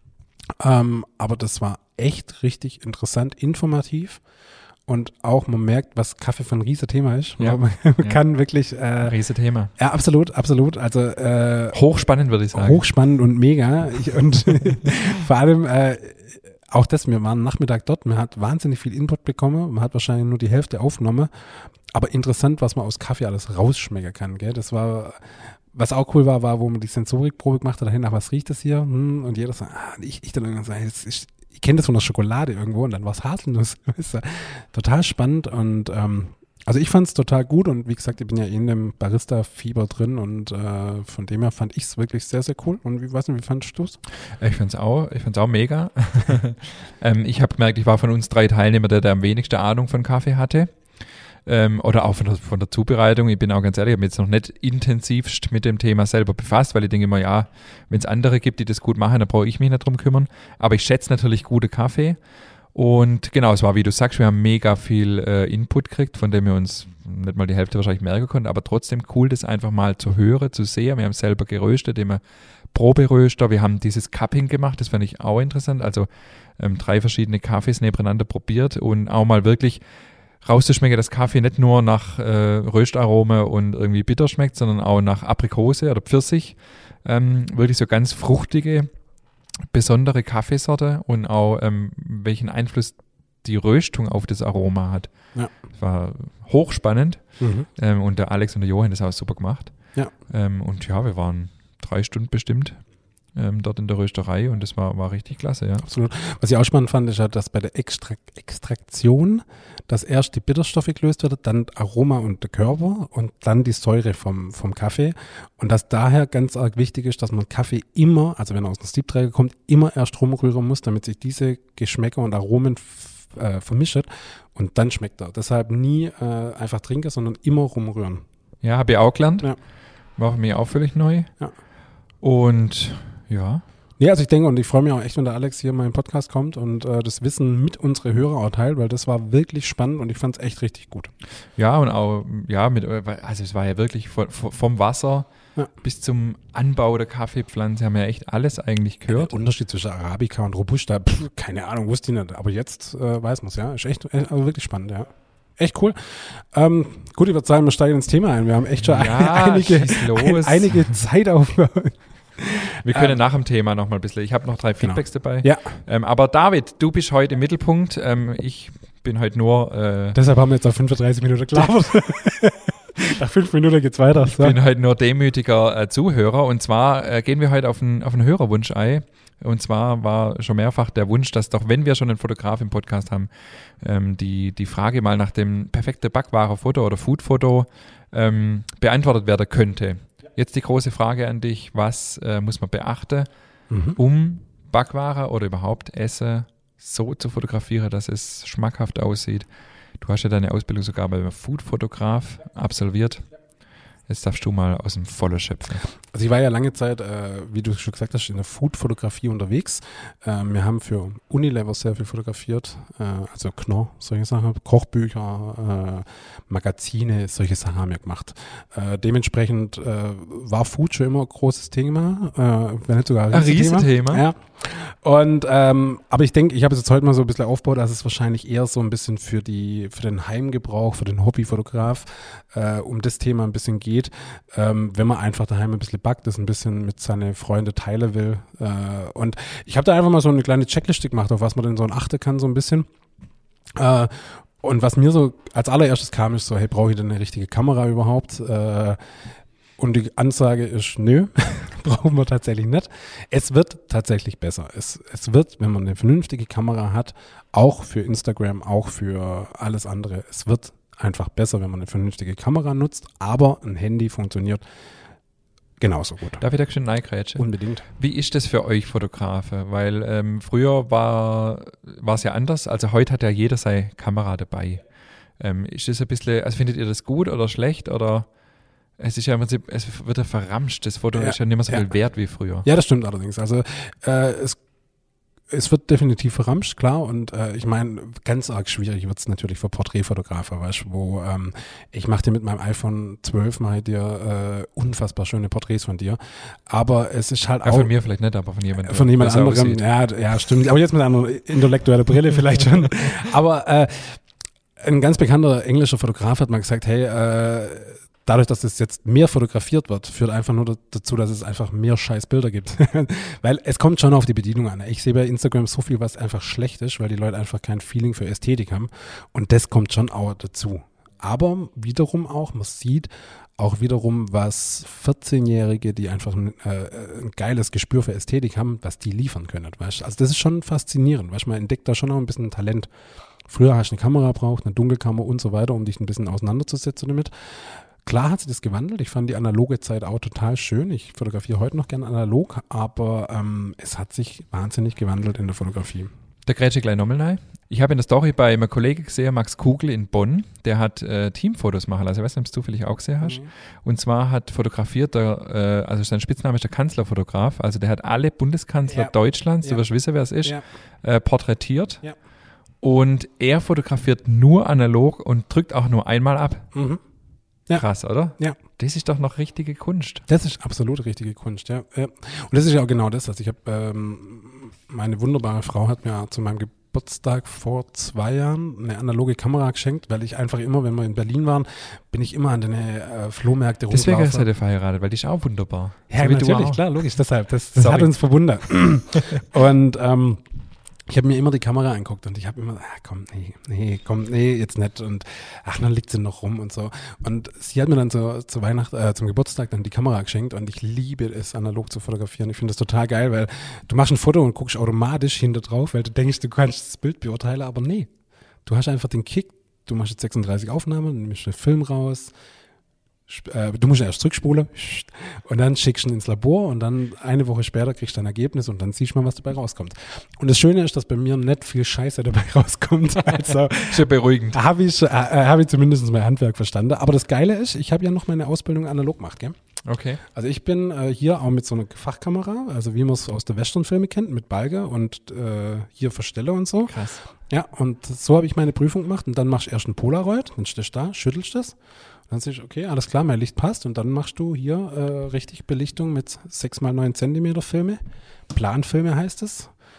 Aber das war echt richtig interessant, informativ. Und auch, man merkt, was Kaffee für ein riesen Thema ist. Ja. Man kann wirklich... riesen Thema. Ja, absolut. Also hochspannend, würde ich sagen. Hochspannend und mega. Und vor allem auch das, wir waren Nachmittag dort, man hat wahnsinnig viel Input bekommen, man hat wahrscheinlich nur die Hälfte aufgenommen. Aber interessant, was man aus Kaffee alles rausschmecken kann. Gell? Das war... Was auch cool war, wo man die Sensorikprobe gemacht hat, nach was riecht das hier? Und jeder sagt, ich dann irgendwann sage, ich kenne das von der Schokolade irgendwo und dann war es Haselnuss. Total spannend und also ich fand es total gut und wie gesagt, ich bin ja in dem Barista-Fieber drin und von dem her fand ich es wirklich sehr, sehr cool. Und wie fandest du es? Ich fand es auch mega. Ich habe gemerkt, ich war von uns 3 Teilnehmer, der am wenigsten Ahnung von Kaffee hatte. Oder auch von der Zubereitung. Ich bin auch ganz ehrlich, ich habe mich jetzt noch nicht intensivst mit dem Thema selber befasst, weil ich denke immer, ja, wenn es andere gibt, die das gut machen, dann brauche ich mich nicht drum kümmern. Aber ich schätze natürlich gute Kaffee. Und genau, es war, wie du sagst, wir haben mega viel Input gekriegt, von dem wir uns nicht mal die Hälfte wahrscheinlich merken konnten, aber trotzdem cool, das einfach mal zu hören, zu sehen. Wir haben selber geröstet, immer Proberöster. Wir haben dieses Cupping gemacht, das fand ich auch interessant. Also 3 verschiedene Kaffees nebeneinander probiert und auch mal wirklich rauszuschmecken, dass Kaffee nicht nur nach Röstarome und irgendwie bitter schmeckt, sondern auch nach Aprikose oder Pfirsich. Wirklich so ganz fruchtige, besondere Kaffeesorte und auch welchen Einfluss die Röstung auf das Aroma hat. Ja. Das war hochspannend. Und der Alex und der Johann das auch super gemacht. Ja. Und ja, wir waren 3 Stunden bestimmt dort in der Rösterei und das war richtig klasse, ja. Absolut. Was ich auch spannend fand, ist ja, dass bei der Extraktion, dass erst die Bitterstoffe gelöst werden, dann Aroma und der Körper und dann die Säure vom Kaffee und dass daher ganz arg wichtig ist, dass man Kaffee immer, also wenn er aus dem Siebträger kommt, immer erst rumrühren muss, damit sich diese Geschmäcker und Aromen vermischen und dann schmeckt er. Deshalb nie einfach trinken, sondern immer rumrühren. Ja, habe ich auch gelernt. Ja. War für mich auch völlig neu. Ja. Und ja. Nee, also ich denke und ich freue mich auch echt, wenn der Alex hier in meinen Podcast kommt und das Wissen mit unseren Hörer auch teilt, weil das war wirklich spannend und ich fand es echt richtig gut. Ja, und auch, ja, also es war ja wirklich vom Wasser bis zum Anbau der Kaffeepflanze haben wir ja echt alles eigentlich gehört. Der Unterschied zwischen Arabica und Robusta, keine Ahnung, wusste ich nicht, aber jetzt weiß man es, ja. Ist echt also wirklich spannend, ja. echt cool. Gut, ich würde sagen, wir steigen ins Thema ein. Wir haben echt schon einige Zeit aufgeholt. Wir können nach dem Thema noch mal ein bisschen. Ich habe noch 3 Feedbacks dabei. Ja. Aber David, du bist heute im Mittelpunkt. Ich bin heute nur. Deshalb haben wir jetzt auf 35 Minuten gelabert. Nach 5 Minuten geht's weiter. Ich bin heute nur demütiger Zuhörer. Und zwar gehen wir heute auf einen Hörerwunsch ein. Und zwar war schon mehrfach der Wunsch, dass doch, wenn wir schon einen Fotograf im Podcast haben, die Frage mal nach dem perfekten Backware-Foto oder Food-Foto beantwortet werden könnte. Jetzt die große Frage an dich, was muss man beachten, um Backware oder überhaupt Essen so zu fotografieren, dass es schmackhaft aussieht? Du hast ja deine Ausbildung sogar beim Food-Fotograf absolviert. Jetzt darfst du mal aus dem Vollen schöpfen. Also ich war ja lange Zeit, wie du schon gesagt hast, in der Food-Fotografie unterwegs. Wir haben für Unilever sehr viel fotografiert, also Knorr, solche Sachen, Kochbücher, Magazine, solche Sachen haben wir gemacht. Dementsprechend war Food schon immer ein großes Thema, wenn nicht sogar ein Riesenthema. Ja. Und aber ich denke, ich habe es jetzt heute mal so ein bisschen aufgebaut, dass es wahrscheinlich eher so ein bisschen für den Heimgebrauch, für den Hobbyfotograf um das Thema ein bisschen geht, wenn man einfach daheim ein bisschen backt, das ein bisschen mit seinen Freunden teilen will. Und ich habe da einfach mal so eine kleine Checkliste gemacht, auf was man denn so achten kann, so ein bisschen. Und was mir so als allererstes kam, ist so, hey, brauche ich denn eine richtige Kamera überhaupt? Und die Ansage ist, nö, brauchen wir tatsächlich nicht. Es wird tatsächlich besser. Es wird, wenn man eine vernünftige Kamera hat, auch für Instagram, auch für alles andere, es wird einfach besser, wenn man eine vernünftige Kamera nutzt, aber ein Handy funktioniert genauso gut. Darf ich da schon reingrätschen? Unbedingt. Wie ist das für euch Fotografe? Weil früher war es ja anders, also heute hat ja jeder seine Kamera dabei. Ist das ein bisschen, also findet ihr das gut oder schlecht oder... Es ist ja im Prinzip, es wird ja verramscht, das Foto ist ja nicht mehr so viel wert wie früher. Ja, das stimmt allerdings. Also es wird definitiv verramscht, klar. Und ich meine, ganz arg schwierig wird es natürlich für Porträtfotografen, weißt du, wo ich mache dir mit meinem iPhone 12 mache ich dir unfassbar schöne Porträts von dir. Aber es ist halt ja, auch... Von mir vielleicht nicht, aber von jemandem. Von jemand anderem, ja, stimmt. Aber jetzt mit einer intellektuellen Brille vielleicht schon. Aber ein ganz bekannter englischer Fotograf hat mal gesagt, hey, dadurch, dass es jetzt mehr fotografiert wird, führt einfach nur dazu, dass es einfach mehr scheiß Bilder gibt. Weil es kommt schon auf die Bedienung an. Ich sehe bei Instagram so viel, was einfach schlecht ist, weil die Leute einfach kein Feeling für Ästhetik haben. Und das kommt schon auch dazu. Aber wiederum auch, man sieht auch wiederum, was 14-Jährige, die einfach ein geiles Gespür für Ästhetik haben, was die liefern können. Weißt? Also das ist schon faszinierend. Weißt? Man entdeckt da schon auch ein bisschen Talent. Früher hast du eine Kamera gebraucht, eine Dunkelkammer und so weiter, um dich ein bisschen auseinanderzusetzen damit. Klar hat sich das gewandelt. Ich fand die analoge Zeit auch total schön. Ich fotografiere heute noch gerne analog, aber es hat sich wahnsinnig gewandelt in der Fotografie. Der grätsche gleich nochmal rein. Ich habe in der Story bei einem Kollegen gesehen, Max Kugel in Bonn, der hat Teamfotos machen lassen. Ich weiß nicht, ob du zufällig auch gesehen hast. Und zwar hat fotografiert, also sein Spitzname ist der Kanzlerfotograf, also der hat alle Bundeskanzler Deutschlands, du wirst wissen, wer es ist, porträtiert. Ja. Und er fotografiert nur analog und drückt auch nur einmal ab. Mhm. Ja. Krass, oder? Ja. Das ist doch noch richtige Kunst. Das ist absolut richtige Kunst, ja. Und das ist ja auch genau das. Also ich habe, meine wunderbare Frau hat mir zu meinem Geburtstag vor 2 Jahren eine analoge Kamera geschenkt, weil ich einfach immer, wenn wir in Berlin waren, bin ich immer an den Flohmärkte rumgelaufen. Deswegen seid ihr verheiratet, weil die ist auch wunderbar. Ja, so natürlich, klar, logisch, deshalb. Das hat uns verbunden. Und ich habe mir immer die Kamera angeguckt und ich habe immer, komm, jetzt nicht und dann liegt sie noch rum und so. Und sie hat mir dann zu Weihnachten, zum Geburtstag dann die Kamera geschenkt und ich liebe es, analog zu fotografieren. Ich finde das total geil, weil du machst ein Foto und guckst automatisch hinter drauf, weil du denkst, du kannst das Bild beurteilen, aber nee. Du hast einfach den Kick, du machst jetzt 36 Aufnahmen, nimmst einen Film raus, du musst erst zurückspulen und dann schickst du ihn ins Labor und dann eine Woche später kriegst du ein Ergebnis und dann siehst du mal, was dabei rauskommt. Und das Schöne ist, dass bei mir nicht viel Scheiße dabei rauskommt. Also ist ja beruhigend. Habe ich zumindest mein Handwerk verstanden. Aber das Geile ist, ich habe ja noch meine Ausbildung analog gemacht, gell? Okay. Also ich bin hier auch mit so einer Fachkamera, also wie man es aus der Westernfilme kennt, mit Balge und hier Versteller und so. Krass. Ja, und so habe ich meine Prüfung gemacht und dann machst du erst ein Polaroid, dann stehst du da, schüttelst das. Dann siehst du, okay, alles klar, mein Licht passt. Und dann machst du hier richtig Belichtung mit 6x9 cm Filme. Planfilme heißt es.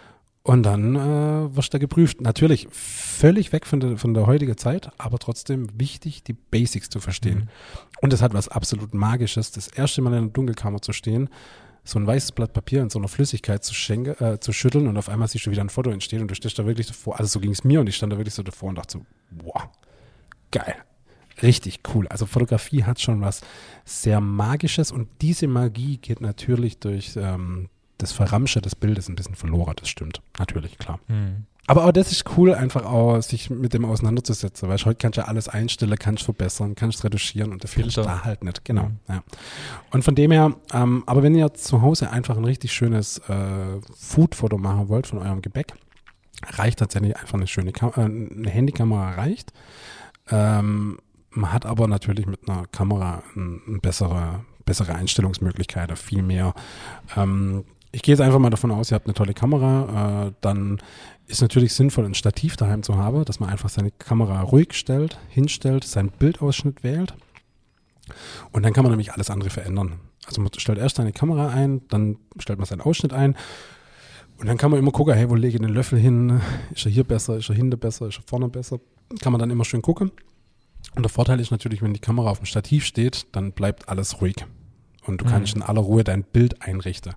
Und dann wirst du geprüft. Natürlich völlig weg von der heutigen Zeit, aber trotzdem wichtig, die Basics zu verstehen. Und es hat was absolut Magisches, das erste Mal in der Dunkelkammer zu stehen, so ein weißes Blatt Papier in so einer Flüssigkeit zu schütteln und auf einmal siehst du wieder ein Foto entstehen und du stehst da wirklich davor. Also so ging es mir und ich stand da wirklich so davor und dachte so, wow, geil. Richtig cool. Also Fotografie hat schon was sehr Magisches und diese Magie geht natürlich durch das Verramsche des Bildes ein bisschen verloren. Das stimmt. Natürlich, klar. Aber auch das ist cool, einfach auch sich mit dem auseinanderzusetzen. Weil heute kannst du ja alles einstellen, kannst verbessern, kannst retuschieren und das fehlt da halt nicht. Genau. Ja. Und von dem her, aber wenn ihr zu Hause einfach ein richtig schönes Food-Foto machen wollt von eurem Gebäck, reicht tatsächlich einfach eine schöne eine Handykamera reicht. Man hat aber natürlich mit einer Kamera eine bessere Einstellungsmöglichkeiten, viel mehr. Ich gehe jetzt einfach mal davon aus, ihr habt eine tolle Kamera, dann ist natürlich sinnvoll, ein Stativ daheim zu haben, dass man einfach seine Kamera ruhig hinstellt, seinen Bildausschnitt wählt und dann kann man nämlich alles andere verändern. Also man stellt erst seine Kamera ein, dann stellt man seinen Ausschnitt ein und dann kann man immer gucken, hey, wo lege ich den Löffel hin? Ist er hier besser, ist er hinten besser, ist er vorne besser? Kann man dann immer schön gucken. Und der Vorteil ist natürlich, wenn die Kamera auf dem Stativ steht, dann bleibt alles ruhig und du kannst in aller Ruhe dein Bild einrichten.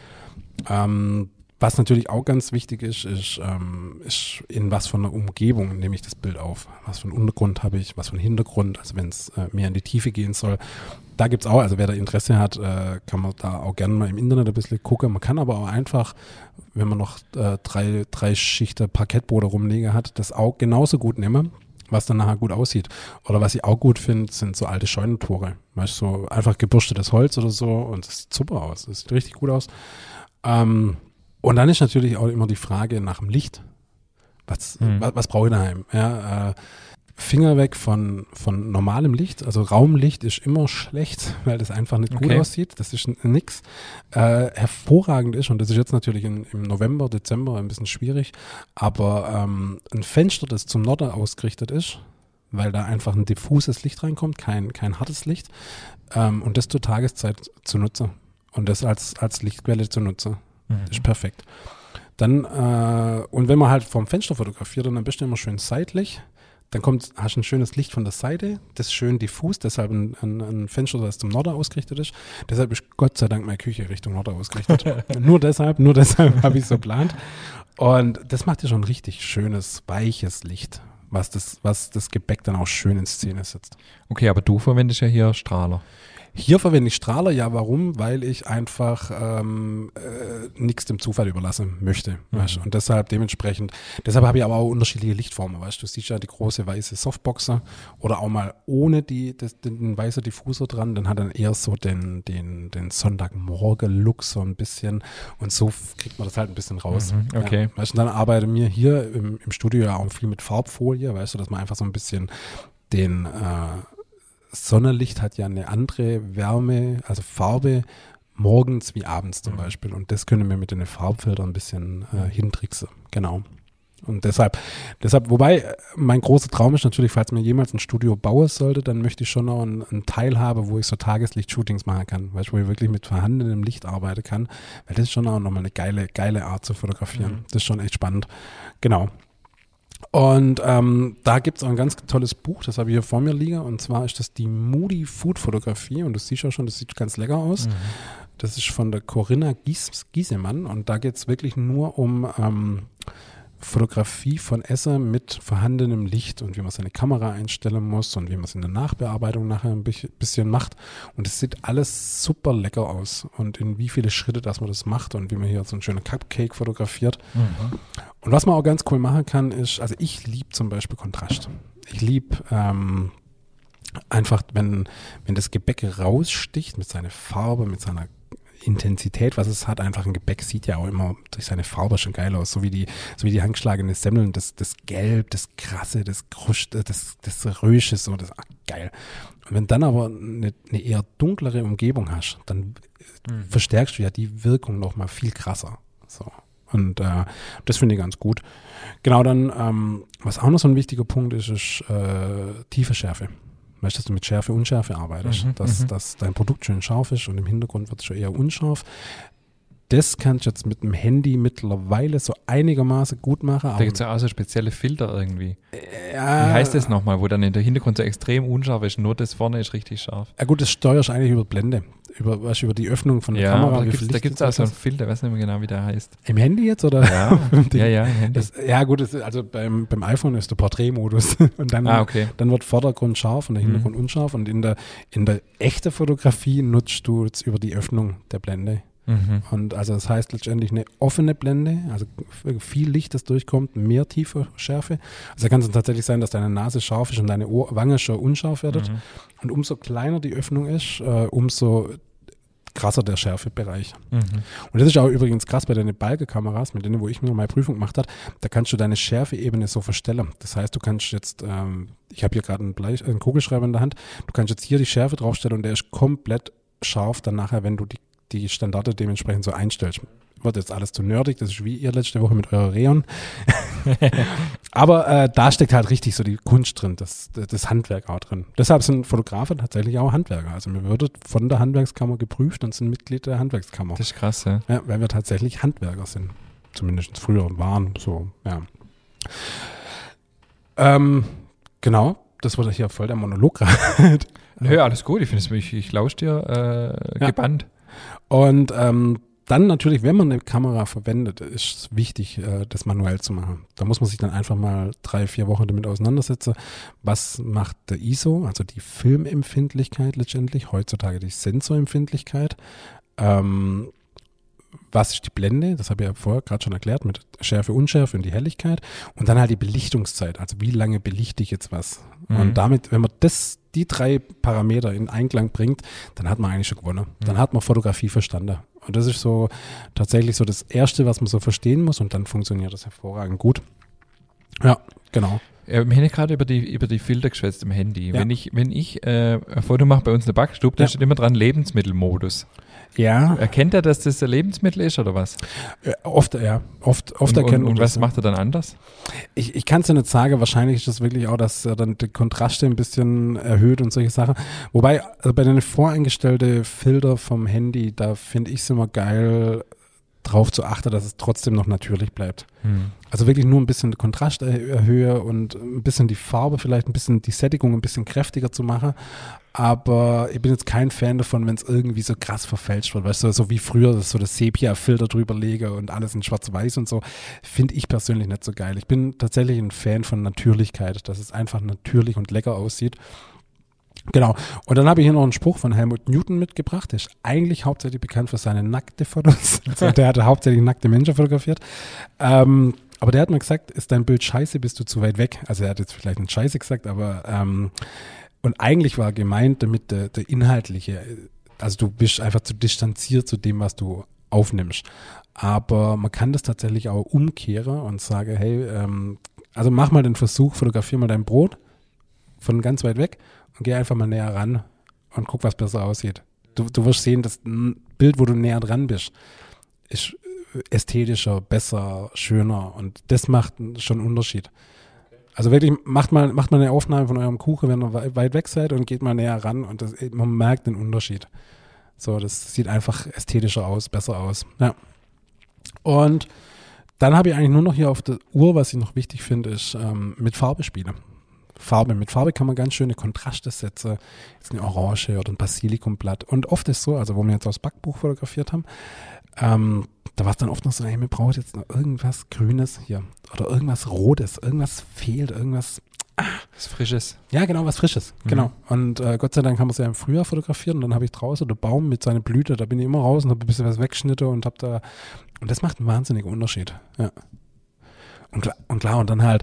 Was natürlich auch ganz wichtig ist in was von einer Umgebung nehme ich das Bild auf. Was für einen Untergrund habe ich, was für einen Hintergrund, also wenn es mehr in die Tiefe gehen soll. Da gibt es auch, also wer da Interesse hat, kann man da auch gerne mal im Internet ein bisschen gucken. Man kann aber auch einfach, wenn man noch drei Schichten Parkettboden rumliegen hat, das auch genauso gut nehmen, was dann nachher gut aussieht. Oder was ich auch gut finde, sind so alte Scheunentore. Weißt du, so einfach gebürstetes Holz oder so und das sieht super aus. Das sieht richtig gut aus. Und dann ist natürlich auch immer die Frage nach dem Licht. Was brauche ich daheim? Ja, Finger weg von normalem Licht. Also Raumlicht ist immer schlecht, weil das einfach nicht gut aussieht. Das ist nix. Hervorragend ist, und das ist jetzt natürlich im November, Dezember ein bisschen schwierig, aber ein Fenster, das zum Norden ausgerichtet ist, weil da einfach ein diffuses Licht reinkommt, kein hartes Licht, und das zur Tageszeit zu nutzen und das als Lichtquelle zu nutzen. Das ist perfekt. Dann, und wenn man halt vom Fenster fotografiert, dann bist du immer schön seitlich, dann hast du ein schönes Licht von der Seite, das ist schön diffus, deshalb ein Fenster, das zum Norden ausgerichtet ist. Deshalb ist Gott sei Dank meine Küche Richtung Norden ausgerichtet. Nur deshalb habe ich es so geplant. Und das macht ja schon ein richtig schönes, weiches Licht, was das Gebäck dann auch schön in Szene setzt. Okay, aber du verwendest ja hier Strahler. Hier verwende ich Strahler, ja, warum? Weil ich einfach nichts dem Zufall überlassen möchte. Weißt? Und deshalb habe ich aber auch unterschiedliche Lichtformen. Weißt? Du siehst ja die große weiße Softboxer oder auch mal ohne den weißen Diffusor dran, dann hat dann eher so den Sonntagmorgen-Look so ein bisschen und so kriegt man das halt ein bisschen raus. Okay. Ja, weißt? Und dann arbeite mir hier im Studio ja auch viel mit Farbfolie, weißt du, dass man einfach so ein bisschen den Sonnenlicht hat ja eine andere Wärme, also Farbe, morgens wie abends zum Beispiel. Und das können wir mit den Farbfiltern ein bisschen hintricksen. Genau. Und deshalb, wobei mein großer Traum ist natürlich, falls mir jemals ein Studio bauen sollte, dann möchte ich schon noch einen Teil haben, wo ich so Tageslicht-Shootings machen kann, weißt, wo ich wirklich mit vorhandenem Licht arbeiten kann, weil das ist schon auch nochmal eine geile Art zu fotografieren. Das ist schon echt spannend. Genau. Und da gibt es auch ein ganz tolles Buch, das habe ich hier vor mir liegen, und zwar ist das die Moody Food Fotografie, und du siehst auch schon, das sieht ganz lecker aus. Das ist von der Corinna Giesemann, und da geht es wirklich nur um Fotografie von Essen mit vorhandenem Licht und wie man seine Kamera einstellen muss und wie man es in der Nachbearbeitung nachher ein bisschen macht. Und es sieht alles super lecker aus, und in wie viele Schritte, dass man das macht und wie man hier so einen schönen Cupcake fotografiert. Und was man auch ganz cool machen kann, ist, also ich liebe zum Beispiel Kontrast. Ich liebe einfach, wenn das Gebäck raussticht mit seiner Farbe, mit seiner Intensität, was es hat, einfach ein Gebäck sieht ja auch immer durch seine Farbe schon geil aus, so wie die handgeschlagene Semmeln, das Gelb, das Krasse, das Kruscht, das Rösche, so, das geil. Und wenn dann aber eine eher dunklere Umgebung hast, dann verstärkst du ja die Wirkung noch mal viel krasser. So. Und das finde ich ganz gut. Genau, dann, was auch noch so ein wichtiger Punkt ist tiefe Schärfe. Weißt du, dass du mit Schärfe, Unschärfe arbeitest, dass dein Produkt schön scharf ist und im Hintergrund wird es schon eher unscharf. das kannst du jetzt mit dem Handy mittlerweile so einigermaßen gut machen. Da gibt es ja auch so spezielle Filter irgendwie. Ja, Wie heißt das nochmal, wo dann in der Hintergrund so extrem unscharf ist, nur das vorne ist richtig scharf. ja gut, das steuerst du eigentlich über Blende, über die Öffnung von der Ja, Kamera. aber wie viel da Licht gibt es jetzt auch so einen ist. Filter, ich weiß nicht mehr genau, wie der heißt. Im Handy jetzt oder? Ja, ja, im Handy. Ja gut, also beim iPhone ist der Porträtmodus und dann, Okay. dann wird Vordergrund scharf und der Hintergrund unscharf und in der echten Fotografie nutzt du jetzt über die Öffnung der Blende. Mhm. Und also das heißt letztendlich eine offene Blende, also viel Licht, das durchkommt, mehr tiefe Schärfe. Also da kann es tatsächlich sein, dass deine Nase scharf ist und deine Wange schon unscharf wird. Mhm. Und umso kleiner die Öffnung ist, umso krasser der Schärfebereich. Mhm. Und das ist auch übrigens krass bei deinen Balkenkameras, mit denen, wo ich mir meine Prüfung gemacht habe, da kannst du deine Schärfeebene so verstellen. Das heißt, du kannst jetzt, ich habe hier gerade einen Kugelschreiber in der Hand, du kannst jetzt hier die Schärfe draufstellen und der ist komplett scharf dann nachher, wenn du die Standarte dementsprechend so einstellst. Wird jetzt alles zu nerdig, das ist wie ihr letzte Woche mit eurer Reon. Aber da steckt halt richtig so die Kunst drin, das Handwerk auch drin. Deshalb sind Fotografen tatsächlich auch Handwerker. Also wir würden von der Handwerkskammer geprüft und sind Mitglied der Handwerkskammer. Das ist krass, ja. Ja, weil wir tatsächlich Handwerker sind. Zumindest früher waren, so, ja. Genau, das wurde hier voll der Monolog gerade. Nö, alles gut, ich lausche dir gebannt. Und dann natürlich, wenn man eine Kamera verwendet, ist es wichtig, das manuell zu machen. Da muss man sich dann einfach mal 3-4 Wochen damit auseinandersetzen. Was macht der ISO, also die Filmempfindlichkeit letztendlich, heutzutage die Sensorempfindlichkeit. Was ist die Blende? Das habe ich ja vorher gerade schon erklärt mit Schärfe, Unschärfe und die Helligkeit. Und dann halt die Belichtungszeit. Also wie lange belichte ich jetzt was? Mhm. Und damit, wenn man die 3 Parameter in Einklang bringt, dann hat man eigentlich schon gewonnen. Dann hat man Fotografie verstanden. Und das ist so tatsächlich so das Erste, was man so verstehen muss. Und dann funktioniert das hervorragend gut. Ja, genau. Wir haben gerade über die Filter geschwätzt im Handy. Ja. Wenn ich ein Foto mache bei uns in der Backstube, da steht immer dran Lebensmittelmodus. Ja. Erkennt er, dass das ein Lebensmittel ist oder was? Oft erkennt Und man was das. macht er dann anders? Ich kann es ja nicht sagen, wahrscheinlich ist das wirklich auch, dass er dann die Kontraste ein bisschen erhöht und solche Sachen. Wobei, also bei den voreingestellten Filter vom Handy, da finde ich es immer geil, drauf zu achten, dass es trotzdem noch natürlich bleibt. Also wirklich nur ein bisschen Kontrast erhöhe und ein bisschen die Farbe, vielleicht ein bisschen die Sättigung ein bisschen kräftiger zu machen. Aber ich bin jetzt kein Fan davon, wenn es irgendwie so krass verfälscht wird. Weißt du, so wie früher, dass so das Sepia-Filter drüber lege und alles in schwarz-weiß und so, finde ich persönlich nicht so geil. Ich bin tatsächlich ein Fan von Natürlichkeit, dass es einfach natürlich und lecker aussieht. Genau. Und dann habe ich hier noch einen Spruch von Helmut Newton mitgebracht. Der ist eigentlich hauptsächlich bekannt für seine nackte Fotos. Also der hatte hauptsächlich nackte Menschen fotografiert. Aber der hat mal gesagt, ist dein Bild scheiße, bist du zu weit weg. Also er hat jetzt vielleicht nicht scheiße gesagt, aber und eigentlich war gemeint damit der inhaltliche, also du bist einfach zu distanziert zu dem, was du aufnimmst. Aber man kann das tatsächlich auch umkehren und sagen, hey, also mach mal den Versuch, fotografier mal dein Brot von ganz weit weg und geh einfach mal näher ran und guck, was besser aussieht. Du wirst sehen, dass ein Bild, wo du näher dran bist, ist ästhetischer, besser, schöner und das macht schon einen Unterschied. Also wirklich, macht mal eine Aufnahme von eurem Kuchen, wenn ihr weit weg seid und geht mal näher ran und man merkt den Unterschied. So, das sieht einfach ästhetischer aus, besser aus. Ja. Und dann habe ich eigentlich nur noch hier auf der Uhr, was ich noch wichtig finde, ist mit Farbe spielen. Mit Farbe kann man ganz schöne Kontraste setzen. Jetzt eine Orange oder ein Basilikumblatt. Und oft ist so, also wo wir jetzt das Backbuch fotografiert haben, da war es dann oft noch so, hey, mir braucht jetzt noch irgendwas Grünes hier oder irgendwas Rotes, irgendwas fehlt, irgendwas. Was Frisches. Ja, genau, was Frisches, genau. Und Gott sei Dank haben wir es ja im Frühjahr fotografiert und dann habe ich draußen der Baum mit seiner Blüte, da bin ich immer raus und habe ein bisschen was weggeschnitten und habe da, und das macht einen wahnsinnigen Unterschied, ja. Und klar, und dann halt,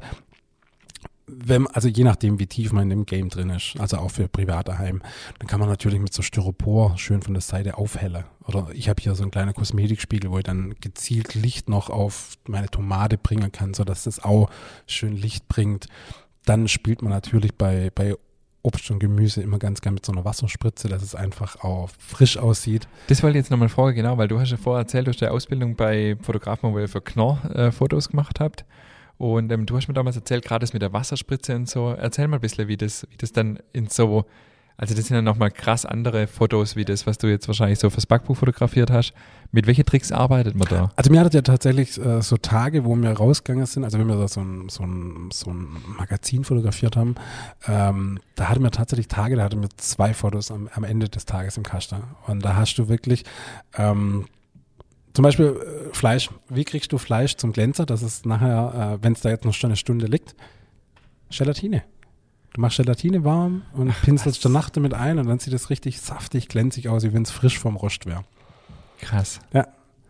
also je nachdem, wie tief man in dem Game drin ist, also auch für privat daheim, dann kann man natürlich mit so Styropor schön von der Seite aufhellen. Oder ich habe hier so einen kleinen Kosmetikspiegel, wo ich dann gezielt Licht noch auf meine Tomate bringen kann, sodass das auch schön Licht bringt. Dann spielt man natürlich bei Obst und Gemüse immer ganz gern mit so einer Wasserspritze, dass es einfach auch frisch aussieht. Das wollte ich jetzt nochmal fragen, genau, weil du hast ja vorher erzählt, du hast eine Ausbildung bei Fotografen, wo ihr für Knorr Fotos gemacht habt. Und du hast mir damals erzählt, gerade das mit der Wasserspritze und so. Erzähl mal ein bisschen, wie das dann Also das sind ja nochmal krass andere Fotos, wie das, was du jetzt wahrscheinlich so fürs Backbuch fotografiert hast. Mit welchen Tricks arbeitet man da? Also mir hattet ja tatsächlich so Tage, wo wir rausgegangen sind, also wenn wir da so ein Magazin fotografiert haben, da hatten wir tatsächlich Tage, da hatten wir 2 Fotos am Ende des Tages im Kasten. Und da hast du wirklich zum Beispiel Fleisch. Wie kriegst du Fleisch zum Glänzer? Das ist nachher, wenn es da jetzt noch schon eine Stunde liegt, Gelatine. Du machst Gelatine warm und pinselst danach damit ein und dann sieht es richtig saftig, glänzig aus, wie wenn es frisch vom Rost wäre. Krass. Ja.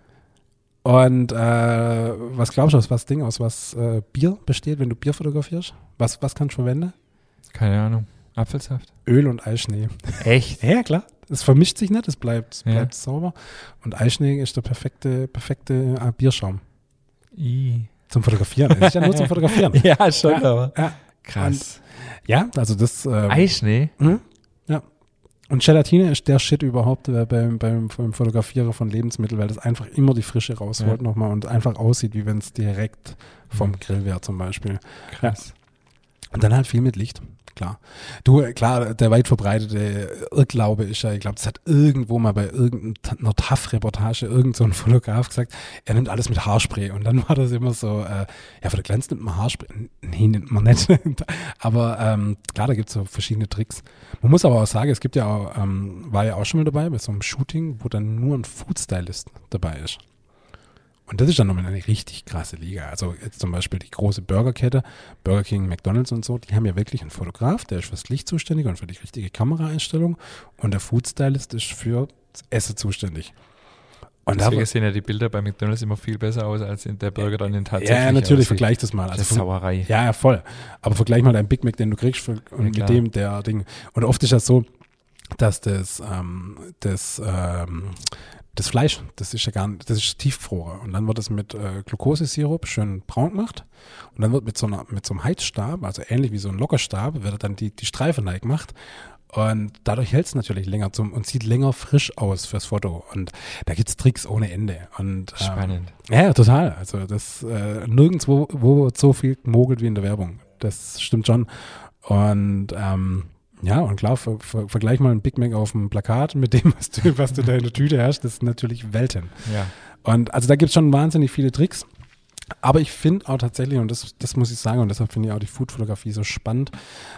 Und was glaubst du, aus was Bier besteht, wenn du Bier fotografierst? Was kannst du verwenden? Keine Ahnung. Apfelsaft? Öl und Eischnee. Echt? Ja, klar. Es vermischt sich nicht, es bleibt sauber. Und Eischnee ist der perfekte Bierschaum. Zum Fotografieren. Das ist ja nur zum Fotografieren. Ja, schon, aber. Ja. Krass. Ja, also das. Eischnee? Ja. Und Gelatine ist der Shit überhaupt beim Fotografieren von Lebensmitteln, weil das einfach immer die Frische rausholt nochmal und einfach aussieht, wie wenn es direkt vom Grill wäre zum Beispiel. Krass. Ja. Und dann halt viel mit Licht. Klar. Klar, der weit verbreitete Irrglaube ist ja, ich glaube, das hat irgendwo mal bei irgendeiner TAF-Reportage irgend so ein Fotograf gesagt, er nimmt alles mit Haarspray. Und dann war das immer so, für den Glanz nimmt man Haarspray. Nee, nimmt man nicht. Aber klar, da gibt es so verschiedene Tricks. Man muss aber auch sagen, es gibt ja auch, war ja auch schon mal dabei bei so einem Shooting, wo dann nur ein Foodstylist dabei ist. Und das ist dann nochmal eine richtig krasse Liga. Also jetzt zum Beispiel die große Burgerkette, Burger King, McDonald's und so, die haben ja wirklich einen Fotograf, der ist fürs Licht zuständig und für die richtige Kameraeinstellung und der Foodstylist ist für das Essen zuständig. Und deswegen sehen ja die Bilder bei McDonald's immer viel besser aus, als in der Burger dann in tatsächlich. Ja, natürlich, vergleich das mal. Also das ist Sauerei. Ja, voll. Aber vergleich mal deinen Big Mac, den du kriegst und mit dem der Ding. Und oft ist das so, dass das Fleisch, das ist ja das ist tiefgefroren. Und dann wird es mit Glukosesirup schön braun gemacht. Und dann wird mit so einem Heizstab, also ähnlich wie so ein Lockerstab, wird dann die Streifen neu gemacht. Und dadurch hält es natürlich länger und sieht länger frisch aus fürs Foto. Und da gibt es Tricks ohne Ende. Und, spannend. Ja, total. Also das nirgendwo wird so viel gemogelt wie in der Werbung. Das stimmt schon. Und ja, und klar, vergleich mal einen Big Mac auf dem Plakat mit dem, was du da in der Tüte hast, das ist natürlich Welten. Ja. Und also da gibt es schon wahnsinnig viele Tricks. Aber ich finde auch tatsächlich, und das muss ich sagen, und deshalb finde ich auch die Food-Fotografie so spannend,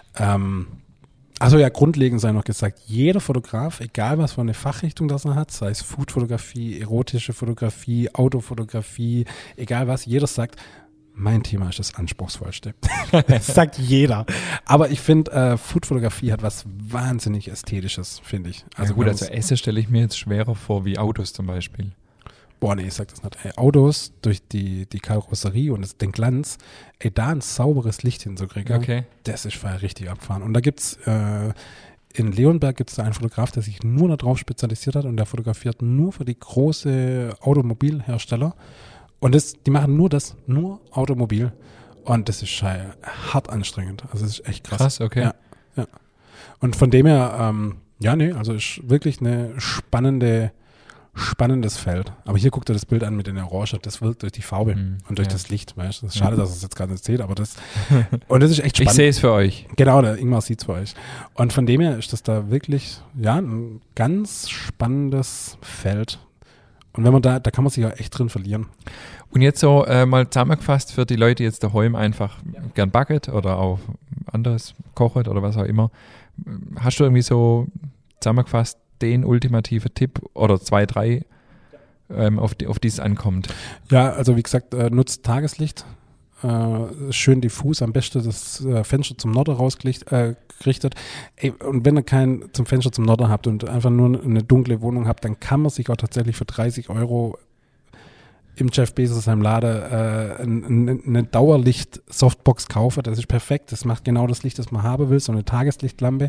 also ja, grundlegend sei noch gesagt, jeder Fotograf, egal was für eine Fachrichtung das er hat, sei es Food-Fotografie, erotische Fotografie, Autofotografie, egal was, jeder sagt, mein Thema ist das Anspruchsvollste. Das sagt jeder. Aber ich finde, Foodfotografie hat was wahnsinnig Ästhetisches, finde ich. Also ja, gut, also Essen stelle ich mir jetzt schwerer vor wie Autos zum Beispiel. Boah, nee, ich sag das nicht. Ey, Autos durch die Karosserie und den Glanz, da ein sauberes Licht hinzukriegen, okay. Das ist vorher richtig abgefahren. Und da gibt's in Leonberg gibt es da einen Fotograf, der sich nur darauf spezialisiert hat und der fotografiert nur für die große Automobilhersteller. Und die machen nur Automobil. Und das ist hart anstrengend. Also das ist echt krass. Krass, okay. Ja. Und von dem her, also ist wirklich eine spannendes Feld. Aber hier guckt ihr das Bild an mit den Orange. Das wirkt durch die Farbe und durch das Licht. Weißt? Das ist schade, dass es jetzt gerade nicht seht, aber das ist echt spannend. Ich sehe es für euch. Genau, der Ingmar sieht es für euch. Und von dem her ist das da wirklich, ein ganz spannendes Feld. Und wenn man da kann man sich ja echt drin verlieren. Und jetzt so mal zusammengefasst für die Leute, die jetzt daheim einfach gern backen oder auch anderes kochen oder was auch immer. Hast du irgendwie so zusammengefasst den ultimativen Tipp oder 2, 3, auf die es ankommt? Ja, also wie gesagt, nutzt Tageslicht. Schön diffus, am besten das Fenster zum Norden rausgerichtet. Und wenn ihr kein zum Fenster zum Norden habt und einfach nur eine dunkle Wohnung habt, dann kann man sich auch tatsächlich für 30 € im Jeff Bezos seinem Laden eine Dauerlicht-Softbox kaufen. Das ist perfekt. Das macht genau das Licht, das man haben will, so eine Tageslichtlampe.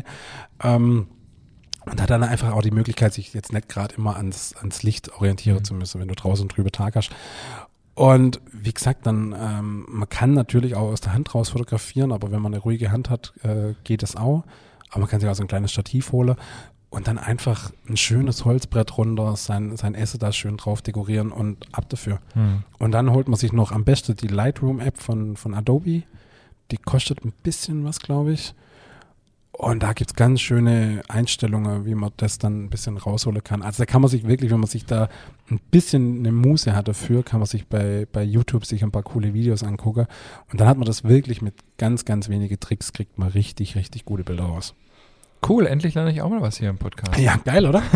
Und hat dann einfach auch die Möglichkeit, sich jetzt nicht gerade immer ans Licht orientieren zu müssen, wenn du draußen drüber Tag hast. Und wie gesagt, dann man kann natürlich auch aus der Hand raus fotografieren, aber wenn man eine ruhige Hand hat, geht es auch. Aber man kann sich auch so ein kleines Stativ holen und dann einfach ein schönes Holzbrett runter, sein Essen da schön drauf dekorieren und ab dafür. Und dann holt man sich noch am besten die Lightroom-App von Adobe. Die kostet ein bisschen was, glaube ich. Und da gibt es ganz schöne Einstellungen, wie man das dann ein bisschen rausholen kann. Also da kann man sich wirklich, wenn man sich da ein bisschen eine Muße hat dafür, kann man sich bei YouTube sich ein paar coole Videos angucken. Und dann hat man das wirklich mit ganz, ganz wenige Tricks, kriegt man richtig, richtig gute Bilder raus. Cool, endlich lerne ich auch mal was hier im Podcast. Ja, geil, oder?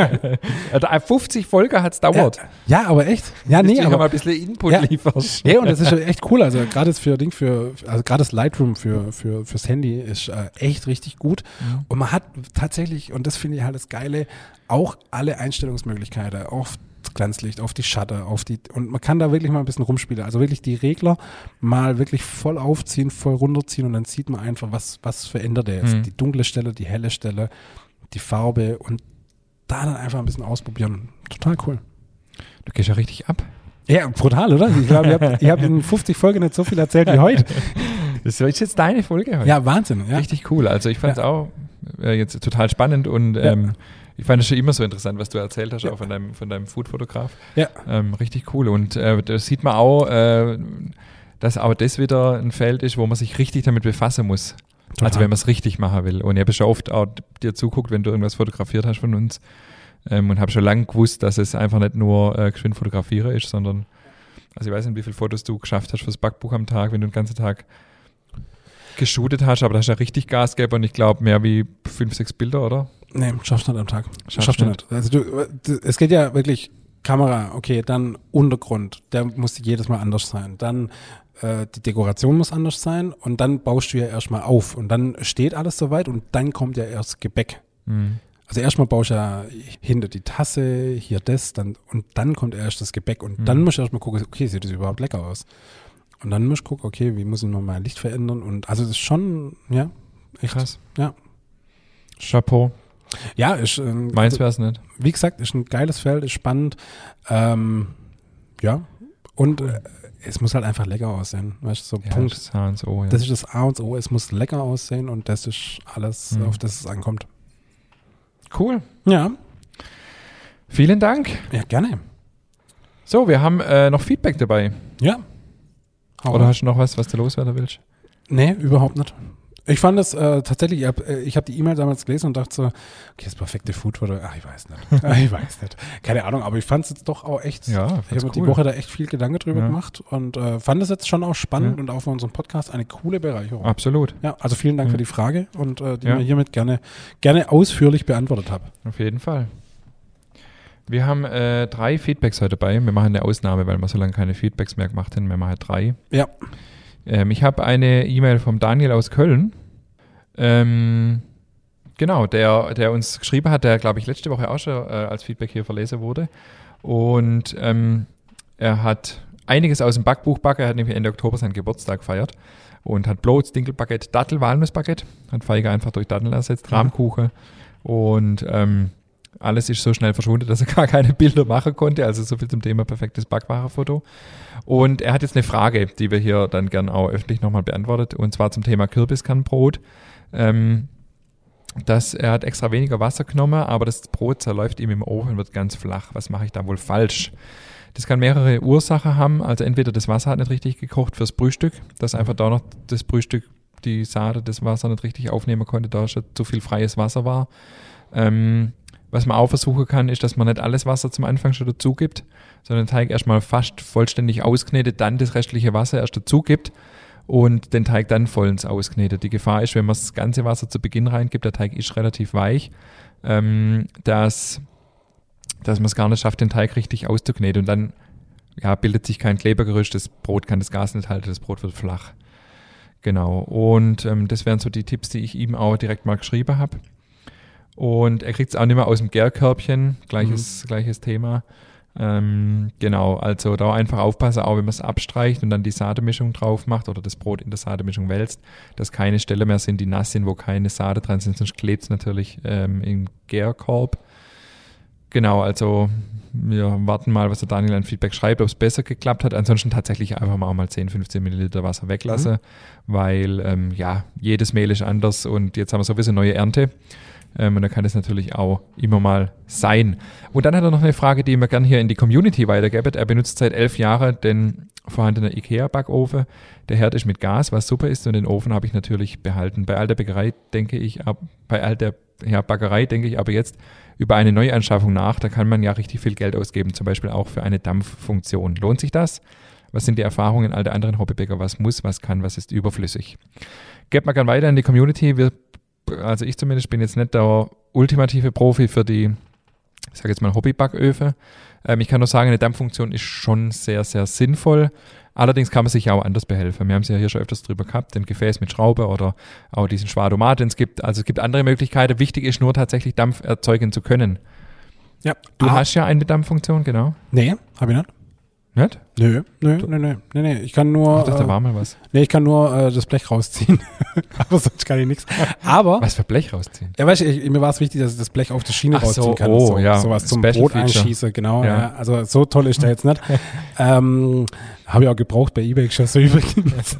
50 Folgen hat es dauert. Ja, aber echt. Ja, nee, aber mal ein bisschen Input lieferst. Ja, und das ist echt cool. Also gerade gerade das Lightroom fürs Handy ist echt richtig gut. Mhm. Und man hat tatsächlich, und das finde ich halt das Geile, auch alle Einstellungsmöglichkeiten auf Glanzlicht, auf die Shutter, und man kann da wirklich mal ein bisschen rumspielen. Also wirklich die Regler mal wirklich voll aufziehen, voll runterziehen und dann sieht man einfach, was verändert er jetzt. Die dunkle Stelle, die helle Stelle, die Farbe und da dann einfach ein bisschen ausprobieren. Total cool. Du gehst ja richtig ab. Ja, brutal, oder? Ich glaube, ihr habt in 50 Folgen nicht so viel erzählt wie heute. Das ist jetzt deine Folge heute. Ja, Wahnsinn. Ja. Richtig cool. Also ich fand es auch jetzt total spannend und ich fand es schon immer so interessant, was du erzählt hast, auch von deinem Food-Fotograf. Ja. Richtig cool. Und da sieht man auch, dass auch das wieder ein Feld ist, wo man sich richtig damit befassen muss. Total. Also wenn man es richtig machen will. Und ich habe schon oft auch dir zuguckt, wenn du irgendwas fotografiert hast von uns und habe schon lange gewusst, dass es einfach nicht nur geschwind fotografieren ist, sondern, also ich weiß nicht, wie viele Fotos du geschafft hast fürs Backbuch am Tag, wenn du den ganzen Tag geshootet hast, aber da hast du ja richtig Gas gegeben und ich glaube mehr wie 5, 6 Bilder, oder? Nee, schaffst du nicht am Tag. Schaffst du nicht. Also es geht ja wirklich Kamera, okay, dann Untergrund, der muss jedes Mal anders sein. Dann die Dekoration muss anders sein und dann baust du ja erstmal auf und dann steht alles soweit und dann kommt ja erst Gebäck. Mhm. Also erstmal baust du ja hinter die Tasse, hier das, und dann kommt erst das Gebäck und dann musst du erstmal gucken, okay, sieht das überhaupt lecker aus? Und dann musst du gucken, okay, wie muss ich noch mal Licht verändern? Und also das ist schon, ja, echt krass. Ja. Chapeau. Ja, ist meins wäre es nicht. Wie gesagt, ist ein geiles Feld, ist spannend. Ja. Und es muss halt einfach lecker aussehen. Weißt du, so ja, Punkt. Das ist das A und O, ja. Das ist das A und O. Es muss lecker aussehen und das ist alles, auf das es ankommt. Cool. Ja. Vielen Dank. Ja, gerne. So, wir haben noch Feedback dabei. Ja. Oder hast du noch was du loswerden willst? Nee, überhaupt nicht. Ich fand das tatsächlich, ich hab die E-Mail damals gelesen und dachte so, okay, das perfekte Food-Foto, ich weiß nicht. Keine Ahnung, aber ich fand es jetzt doch auch echt, ich habe mir die Woche da echt viel Gedanken drüber gemacht und fand es jetzt schon auch spannend und auch für unseren Podcast eine coole Bereicherung. Absolut. Ja, also vielen Dank für die Frage und die ich hiermit gerne ausführlich beantwortet habe. Auf jeden Fall. Wir haben 3 Feedbacks heute dabei. Wir machen eine Ausnahme, weil wir so lange keine Feedbacks mehr gemacht haben. Wir machen 3. Ja. Ich habe eine E-Mail vom Daniel aus Köln. Genau, der uns geschrieben hat, der, glaube ich, letzte Woche auch schon als Feedback hier verlesen wurde. Und er hat einiges aus dem Backbuch backen. Er hat nämlich Ende Oktober seinen Geburtstag gefeiert und hat Bloß, Dinkelbaguette, Dattel, Walnussbaguette. Hat Feige einfach durch Datteln ersetzt, Rahmkuchen und alles ist so schnell verschwunden, dass er gar keine Bilder machen konnte. Also so viel zum Thema perfektes Backwarenfoto. Und er hat jetzt eine Frage, die wir hier dann gern auch öffentlich nochmal beantwortet. Und zwar zum Thema Kürbiskernbrot. Er hat extra weniger Wasser genommen, aber das Brot zerläuft ihm im Ofen und wird ganz flach. Was mache ich da wohl falsch? Das kann mehrere Ursachen haben. Also entweder das Wasser hat nicht richtig gekocht fürs Brühstück, dass einfach da noch das Brühstück, die Sahne, das Wasser nicht richtig aufnehmen konnte, da schon zu viel freies Wasser war. Was man auch versuchen kann, ist, dass man nicht alles Wasser zum Anfang schon dazu gibt, sondern den Teig erstmal fast vollständig ausknetet, dann das restliche Wasser erst dazu gibt und den Teig dann vollends ausknetet. Die Gefahr ist, wenn man das ganze Wasser zu Beginn reingibt, der Teig ist relativ weich, dass man es gar nicht schafft, den Teig richtig auszukneten und dann bildet sich kein Klebergerüst, das Brot kann das Gas nicht halten, das Brot wird flach. Genau, und das wären so die Tipps, die ich ihm auch direkt mal geschrieben habe. Und er kriegt es auch nicht mehr aus dem Gärkörbchen, gleiches Thema. Genau, also da einfach aufpassen, auch wenn man es abstreicht und dann die Saatemischung drauf macht oder das Brot in der Saatemischung wälzt, dass keine Stellen mehr sind, die nass sind, wo keine Saate dran sind, sonst klebt es natürlich im Gärkorb. Genau, also wir warten mal, was der Daniel an Feedback schreibt, ob es besser geklappt hat. Ansonsten tatsächlich einfach mal 10, 15 Milliliter Wasser weglassen, weil jedes Mehl ist anders und jetzt haben wir sowieso neue Ernte. Und da kann es natürlich auch immer mal sein. Und dann hat er noch eine Frage, die wir gerne hier in die Community weitergeben. Er benutzt seit 11 Jahren den vorhandenen IKEA-Backofen. Der Herd ist mit Gas, was super ist, und den Ofen habe ich natürlich behalten. Bei all der Bäckerei denke ich aber jetzt über eine Neuanschaffung nach. Da kann man ja richtig viel Geld ausgeben, zum Beispiel auch für eine Dampffunktion. Lohnt sich das? Was sind die Erfahrungen all der anderen Hobbybäcker? Was muss, was kann, was ist überflüssig? Gebt mal gerne weiter in die Community. Also ich zumindest bin jetzt nicht der ultimative Profi für die, ich sage jetzt mal, Hobbybacköfen. Ich kann nur sagen, eine Dampffunktion ist schon sehr, sehr sinnvoll. Allerdings kann man sich ja auch anders behelfen. Wir haben es ja hier schon öfters drüber gehabt, den Gefäß mit Schraube oder auch diesen Schwadomat, den es gibt. Also es gibt andere Möglichkeiten. Wichtig ist nur tatsächlich Dampf erzeugen zu können. Ja. Du hast ja eine Dampffunktion, genau. Nee, habe ich nicht. Nicht? Nö. Ich kann nur. Ach, da war mal was. Nee, ich kann nur das Blech rausziehen. Aber sonst kann ich nichts. Aber. Was für Blech rausziehen? Ja, weißt du, mir war es wichtig, dass ich das Blech auf die Schiene rausziehen kann. Sowas zum Special Brot Feature. einschießen, genau. Ja. Ja. Also so toll ist der jetzt nicht. Habe ich auch gebraucht bei eBay geschossen übrigens.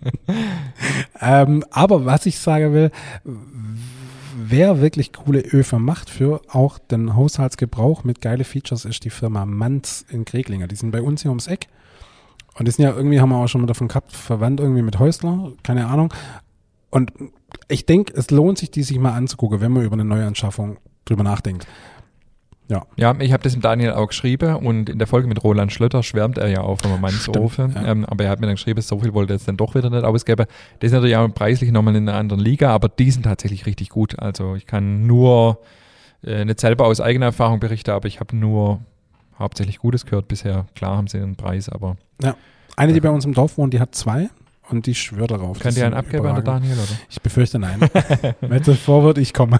Aber was ich sagen will, wer wirklich coole Öfen macht für auch den Haushaltsgebrauch mit geile Features, ist die Firma Manz in Kreglinger. Die sind bei uns hier ums Eck. Und die sind ja irgendwie, haben wir auch schon mal davon gehabt, verwandt irgendwie mit Häusler, keine Ahnung. Und ich denke, es lohnt sich, die sich mal anzugucken, wenn man über eine Neuanschaffung drüber nachdenkt. Ja, ich habe das dem Daniel auch geschrieben, und in der Folge mit Roland Schlötter schwärmt er ja auch vom Mannsofen. Ja. Aber er hat mir dann geschrieben, so viel wollte er jetzt dann doch wieder nicht ausgeben. Das ist natürlich auch preislich nochmal in einer anderen Liga, aber die sind tatsächlich richtig gut. Also ich kann nur nicht selber aus eigener Erfahrung berichten, aber ich habe nur hauptsächlich Gutes gehört bisher. Klar haben sie einen Preis, aber... Ja, eine, die bei uns im Dorf wohnt, die hat 2 und die schwört darauf. Kann die einen abgeben an der Daniel, oder? Ich befürchte nein. Wenn es vorwird, ich komme.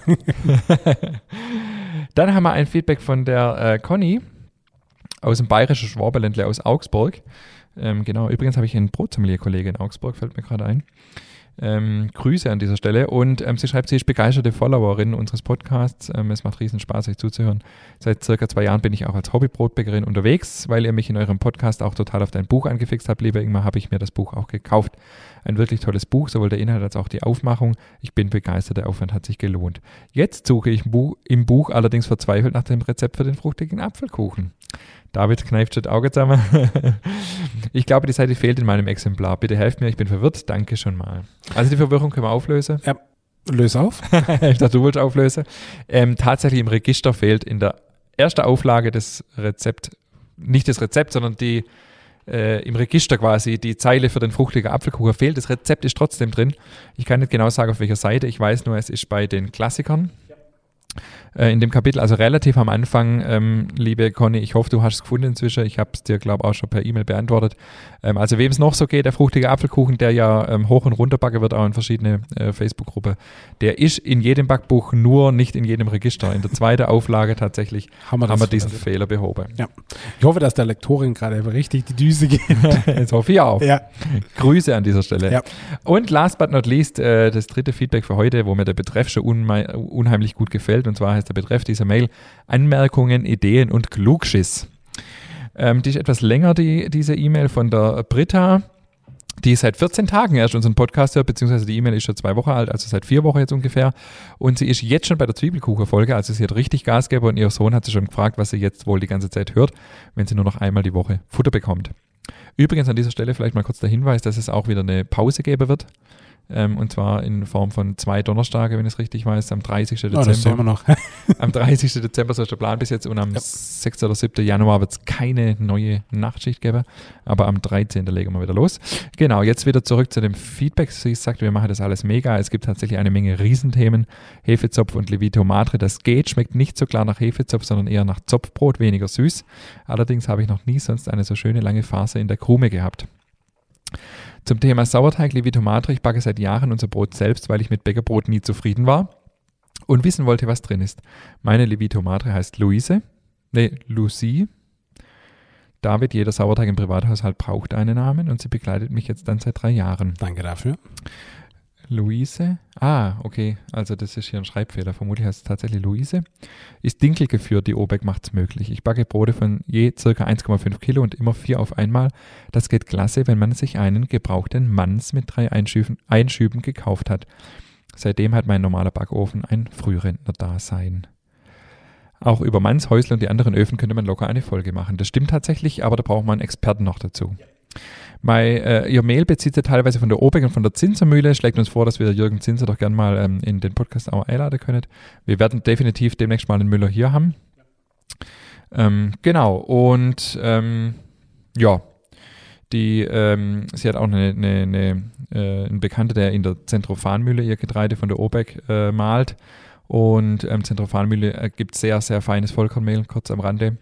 Dann haben wir ein Feedback von der Conny aus dem bayerischen Schwaberländle aus Augsburg. Genau, übrigens habe ich einen Brotsommelier-Kollege in Augsburg, fällt mir gerade ein. Grüße an dieser Stelle. Und sie schreibt, sie ist begeisterte Followerin unseres Podcasts. Es macht riesen Spaß, euch zuzuhören. Seit circa 2 Jahren bin ich auch als Hobbybrotbäckerin unterwegs. Weil ihr mich in eurem Podcast auch total auf dein Buch angefixt habt, lieber Ingmar, habe ich mir das Buch auch gekauft. Ein wirklich tolles Buch, sowohl der Inhalt als auch die Aufmachung. Ich bin begeistert, der Aufwand hat sich gelohnt. Jetzt suche ich im Buch allerdings verzweifelt nach dem Rezept für den fruchtigen Apfelkuchen. David kneift schon die Augen zusammen. Ich glaube, die Seite fehlt in meinem Exemplar. Bitte helft mir, ich bin verwirrt. Danke schon mal. Also die Verwirrung können wir auflösen. Ja, löse auf. Ich dachte, du wolltest auflösen. Tatsächlich im Register fehlt in der ersten Auflage das Rezept, nicht das Rezept, sondern die im Register quasi die Zeile für den fruchtigen Apfelkuchen fehlt. Das Rezept ist trotzdem drin. Ich kann nicht genau sagen, auf welcher Seite. Ich weiß nur, es ist bei den Klassikern. In dem Kapitel, also relativ am Anfang, liebe Conny, ich hoffe, du hast es gefunden inzwischen. Ich habe es dir, glaube ich, auch schon per E-Mail beantwortet. Also wem es noch so geht, der fruchtige Apfelkuchen, der ja hoch und runter backen wird, auch in verschiedene Facebook-Gruppen, der ist in jedem Backbuch, nur nicht in jedem Register. In der zweiten Auflage tatsächlich haben wir diesen Fehler behoben. Ja. Ich hoffe, dass der Lektorin gerade richtig die Düse geht. Das hoffe ich auch. Ja. Grüße an dieser Stelle. Ja. Und last but not least, das dritte Feedback für heute, wo mir der Betreff schon unheimlich gut gefällt. Und zwar heißt der Betreff dieser Mail Anmerkungen, Ideen und Klugschiss. Die ist etwas länger, diese E-Mail von der Britta, die seit 14 Tagen erst unseren Podcast hört, beziehungsweise die E-Mail ist schon 2 Wochen alt, also seit 4 Wochen jetzt ungefähr. Und sie ist jetzt schon bei der Zwiebelkuchen-Folge, also sie hat richtig Gas gegeben, und ihr Sohn hat sie schon gefragt, was sie jetzt wohl die ganze Zeit hört, wenn sie nur noch einmal die Woche Futter bekommt. Übrigens an dieser Stelle vielleicht mal kurz der Hinweis, dass es auch wieder eine Pause geben wird. Und zwar in Form von 2 Donnerstage, wenn ich es richtig weiß, am 30. Dezember. Das sehen wir noch. Am 30. Dezember so ist der Plan bis jetzt, und am 6. oder 7. Januar wird es keine neue Nachtschicht geben, aber am 13. legen wir wieder los. Genau, jetzt wieder zurück zu dem Feedback. Sie sagt, wir machen das alles mega. Es gibt tatsächlich eine Menge Riesenthemen. Hefezopf und Levito Madre, das geht, schmeckt nicht so klar nach Hefezopf, sondern eher nach Zopfbrot, weniger süß. Allerdings habe ich noch nie sonst eine so schöne lange Phase in der Krume gehabt. Zum Thema Sauerteig, Levito Madre, ich backe seit Jahren unser Brot selbst, weil ich mit Bäckerbrot nie zufrieden war und wissen wollte, was drin ist. Meine Levito Madre heißt Lucie. David, jeder Sauerteig im Privathaushalt braucht einen Namen, und sie begleitet mich jetzt dann seit 3 Jahren. Danke dafür. Luise, okay, also das ist hier ein Schreibfehler, vermutlich heißt es tatsächlich Luise, ist Dinkel geführt, die Obeck macht es möglich. Ich backe Brote von je ca. 1,5 Kilo und immer 4 auf einmal. Das geht klasse, wenn man sich einen gebrauchten Manns mit 3 Einschüben gekauft hat. Seitdem hat mein normaler Backofen ein Frührentner-Dasein. Auch über Manns, Häusl und die anderen Öfen könnte man locker eine Folge machen. Das stimmt tatsächlich, aber da braucht man einen Experten noch dazu. Ihr Mail bezieht sich teilweise von der Obeck und von der Zinsermühle. Schlägt uns vor, dass wir Jürgen Zinser doch gerne mal in den Podcast auch einladen können. Wir werden definitiv demnächst mal einen Müller hier haben. Genau, und ja, sie hat auch einen Bekannten, der in der Zentrofan-Mühle ihr Getreide von der Obeck malt. Und Zentrofan-Mühle gibt sehr, sehr feines Vollkornmehl, kurz am Rande.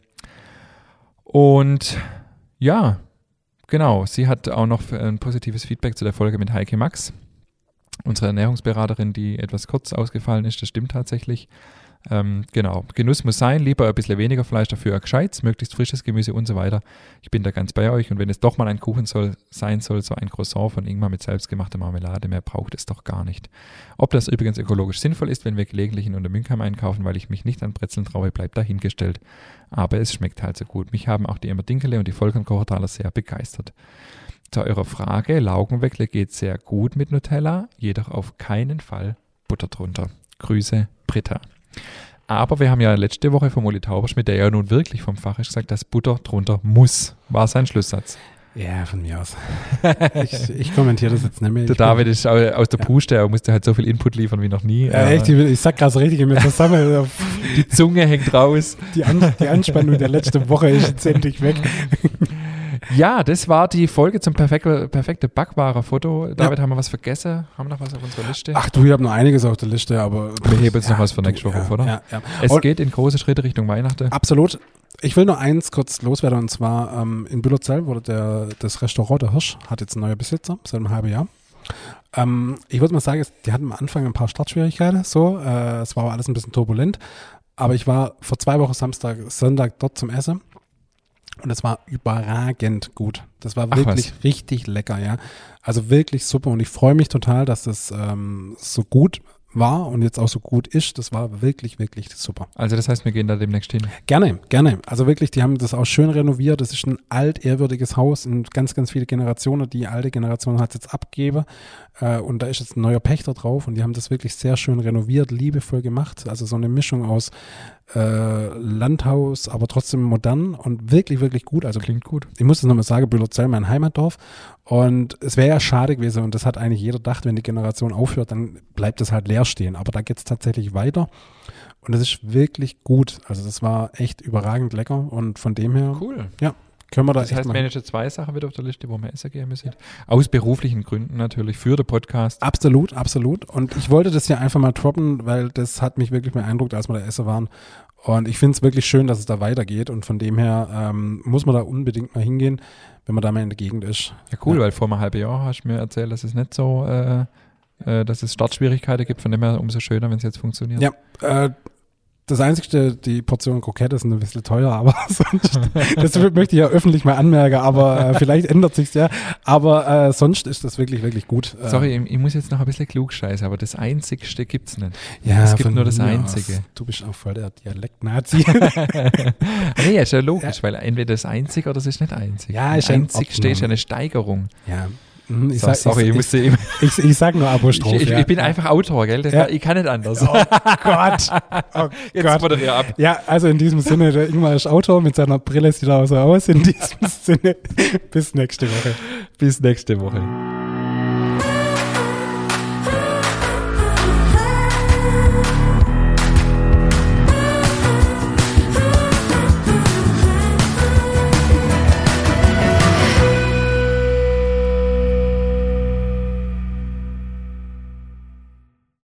Und ja, genau, sie hat auch noch ein positives Feedback zu der Folge mit Heike Max, unsere Ernährungsberaterin, die etwas kurz ausgefallen ist. Das stimmt tatsächlich. Genau, Genuss muss sein, lieber ein bisschen weniger Fleisch, dafür ein Gescheites, möglichst frisches Gemüse und so weiter. Ich bin da ganz bei euch und wenn es doch mal ein Kuchen sein soll, so ein Croissant von Ingmar mit selbstgemachter Marmelade, mehr braucht es doch gar nicht. Ob das übrigens ökologisch sinnvoll ist, wenn wir gelegentlich in Untermünkheim einkaufen, weil ich mich nicht an Brezeln traue, bleibt dahingestellt. Aber es schmeckt halt so gut. Mich haben auch die Emmer Dinkelé und die Vollkornkochertaler sehr begeistert. Zu eurer Frage, Laugenweckle geht sehr gut mit Nutella, jedoch auf keinen Fall Butter drunter. Grüße, Britta. Aber wir haben ja letzte Woche vom Uli Tauberschmidt, der ja nun wirklich vom Fach ist, gesagt, dass Butter drunter muss. War sein Schlusssatz. Ja, von mir aus. Ich kommentiere das jetzt nicht mehr. Der David ist aus der Puste, er musste halt so viel Input liefern wie noch nie. Echt, ich sag gerade so richtig mit zusammen. Die Zunge hängt raus. Die Anspannung der letzten Woche ist jetzt endlich weg. Ja, das war die Folge zum perfekte Backware-Foto. David, haben wir was vergessen? Haben wir noch was auf unserer Liste? Ach du, ich habe noch einiges auf der Liste, aber... Wir heben uns noch was für nächste Woche auf, oder? Ja. Es geht in große Schritte Richtung Weihnachten. Absolut. Ich will nur eins kurz loswerden, und zwar in Büllerzell wurde das Restaurant Der Hirsch, hat jetzt ein neuer Besitzer, seit einem halben Jahr. Ich würde mal sagen, die hatten am Anfang ein paar Startschwierigkeiten, es war aber alles ein bisschen turbulent, aber ich war vor 2 Wochen Sonntag dort zum Essen. Und es war überragend gut. Das war wirklich richtig lecker, ja. Also wirklich super. Und ich freue mich total, dass das so gut war und jetzt auch so gut ist. Das war wirklich, wirklich super. Also das heißt, wir gehen da demnächst hin? Gerne. Also wirklich, die haben das auch schön renoviert. Das ist ein altehrwürdiges Haus in ganz, ganz viele Generationen. Die alte Generation hat es jetzt abgegeben und da ist jetzt ein neuer Pächter drauf und die haben das wirklich sehr schön renoviert, liebevoll gemacht. Also so eine Mischung aus Landhaus, aber trotzdem modern und wirklich, wirklich gut. Also klingt gut. Ich muss es nochmal sagen, Büllerzell, mein Heimatdorf. Und es wäre ja schade gewesen und das hat eigentlich jeder gedacht, wenn die Generation aufhört, dann bleibt es halt leer stehen. Aber da geht es tatsächlich weiter und es ist wirklich gut. Also das war echt überragend lecker und von dem her. Cool. Ja. Können wir da das heißt, wir haben jetzt 2 Sachen wieder auf der Liste, wo wir essen gehen müssen. Aus beruflichen Gründen natürlich, für den Podcast. Absolut. Und ich wollte das hier einfach mal droppen, weil das hat mich wirklich beeindruckt, als wir da essen waren. Und ich finde es wirklich schön, dass es da weitergeht. Und von dem her muss man da unbedingt mal hingehen, wenn man da mal in der Gegend ist. Ja, cool, weil vor einem halben Jahr hast du mir erzählt, dass es nicht so, dass es Startschwierigkeiten gibt. Von dem her umso schöner, wenn es jetzt funktioniert. Ja, das Einzige, die Portion Krokette ist ein bisschen teuer, aber sonst, das möchte ich ja öffentlich mal anmerken, aber vielleicht ändert sich's ja. Aber sonst ist das wirklich, wirklich gut. Sorry, ich muss jetzt noch ein bisschen klugscheißen, aber das Einzigste gibt's nicht. Ja, es gibt nur das Einzige. Aus. Du bist auch voll der Dialekt-Nazi. Nee, ist ja logisch, weil entweder das Einzige oder das ist nicht einzig. Ja, das Einzigste ist ja eine Steigerung. Ja. Ich sag nur Apostroph. Ich bin einfach Autor, gell? Ich kann nicht anders. Oh Gott. Jetzt moderiere ab. Ja, also in diesem Sinne, der Ingmar ist Autor, mit seiner Brille sieht er auch so aus. In diesem Sinne, bis nächste Woche. Bis nächste Woche.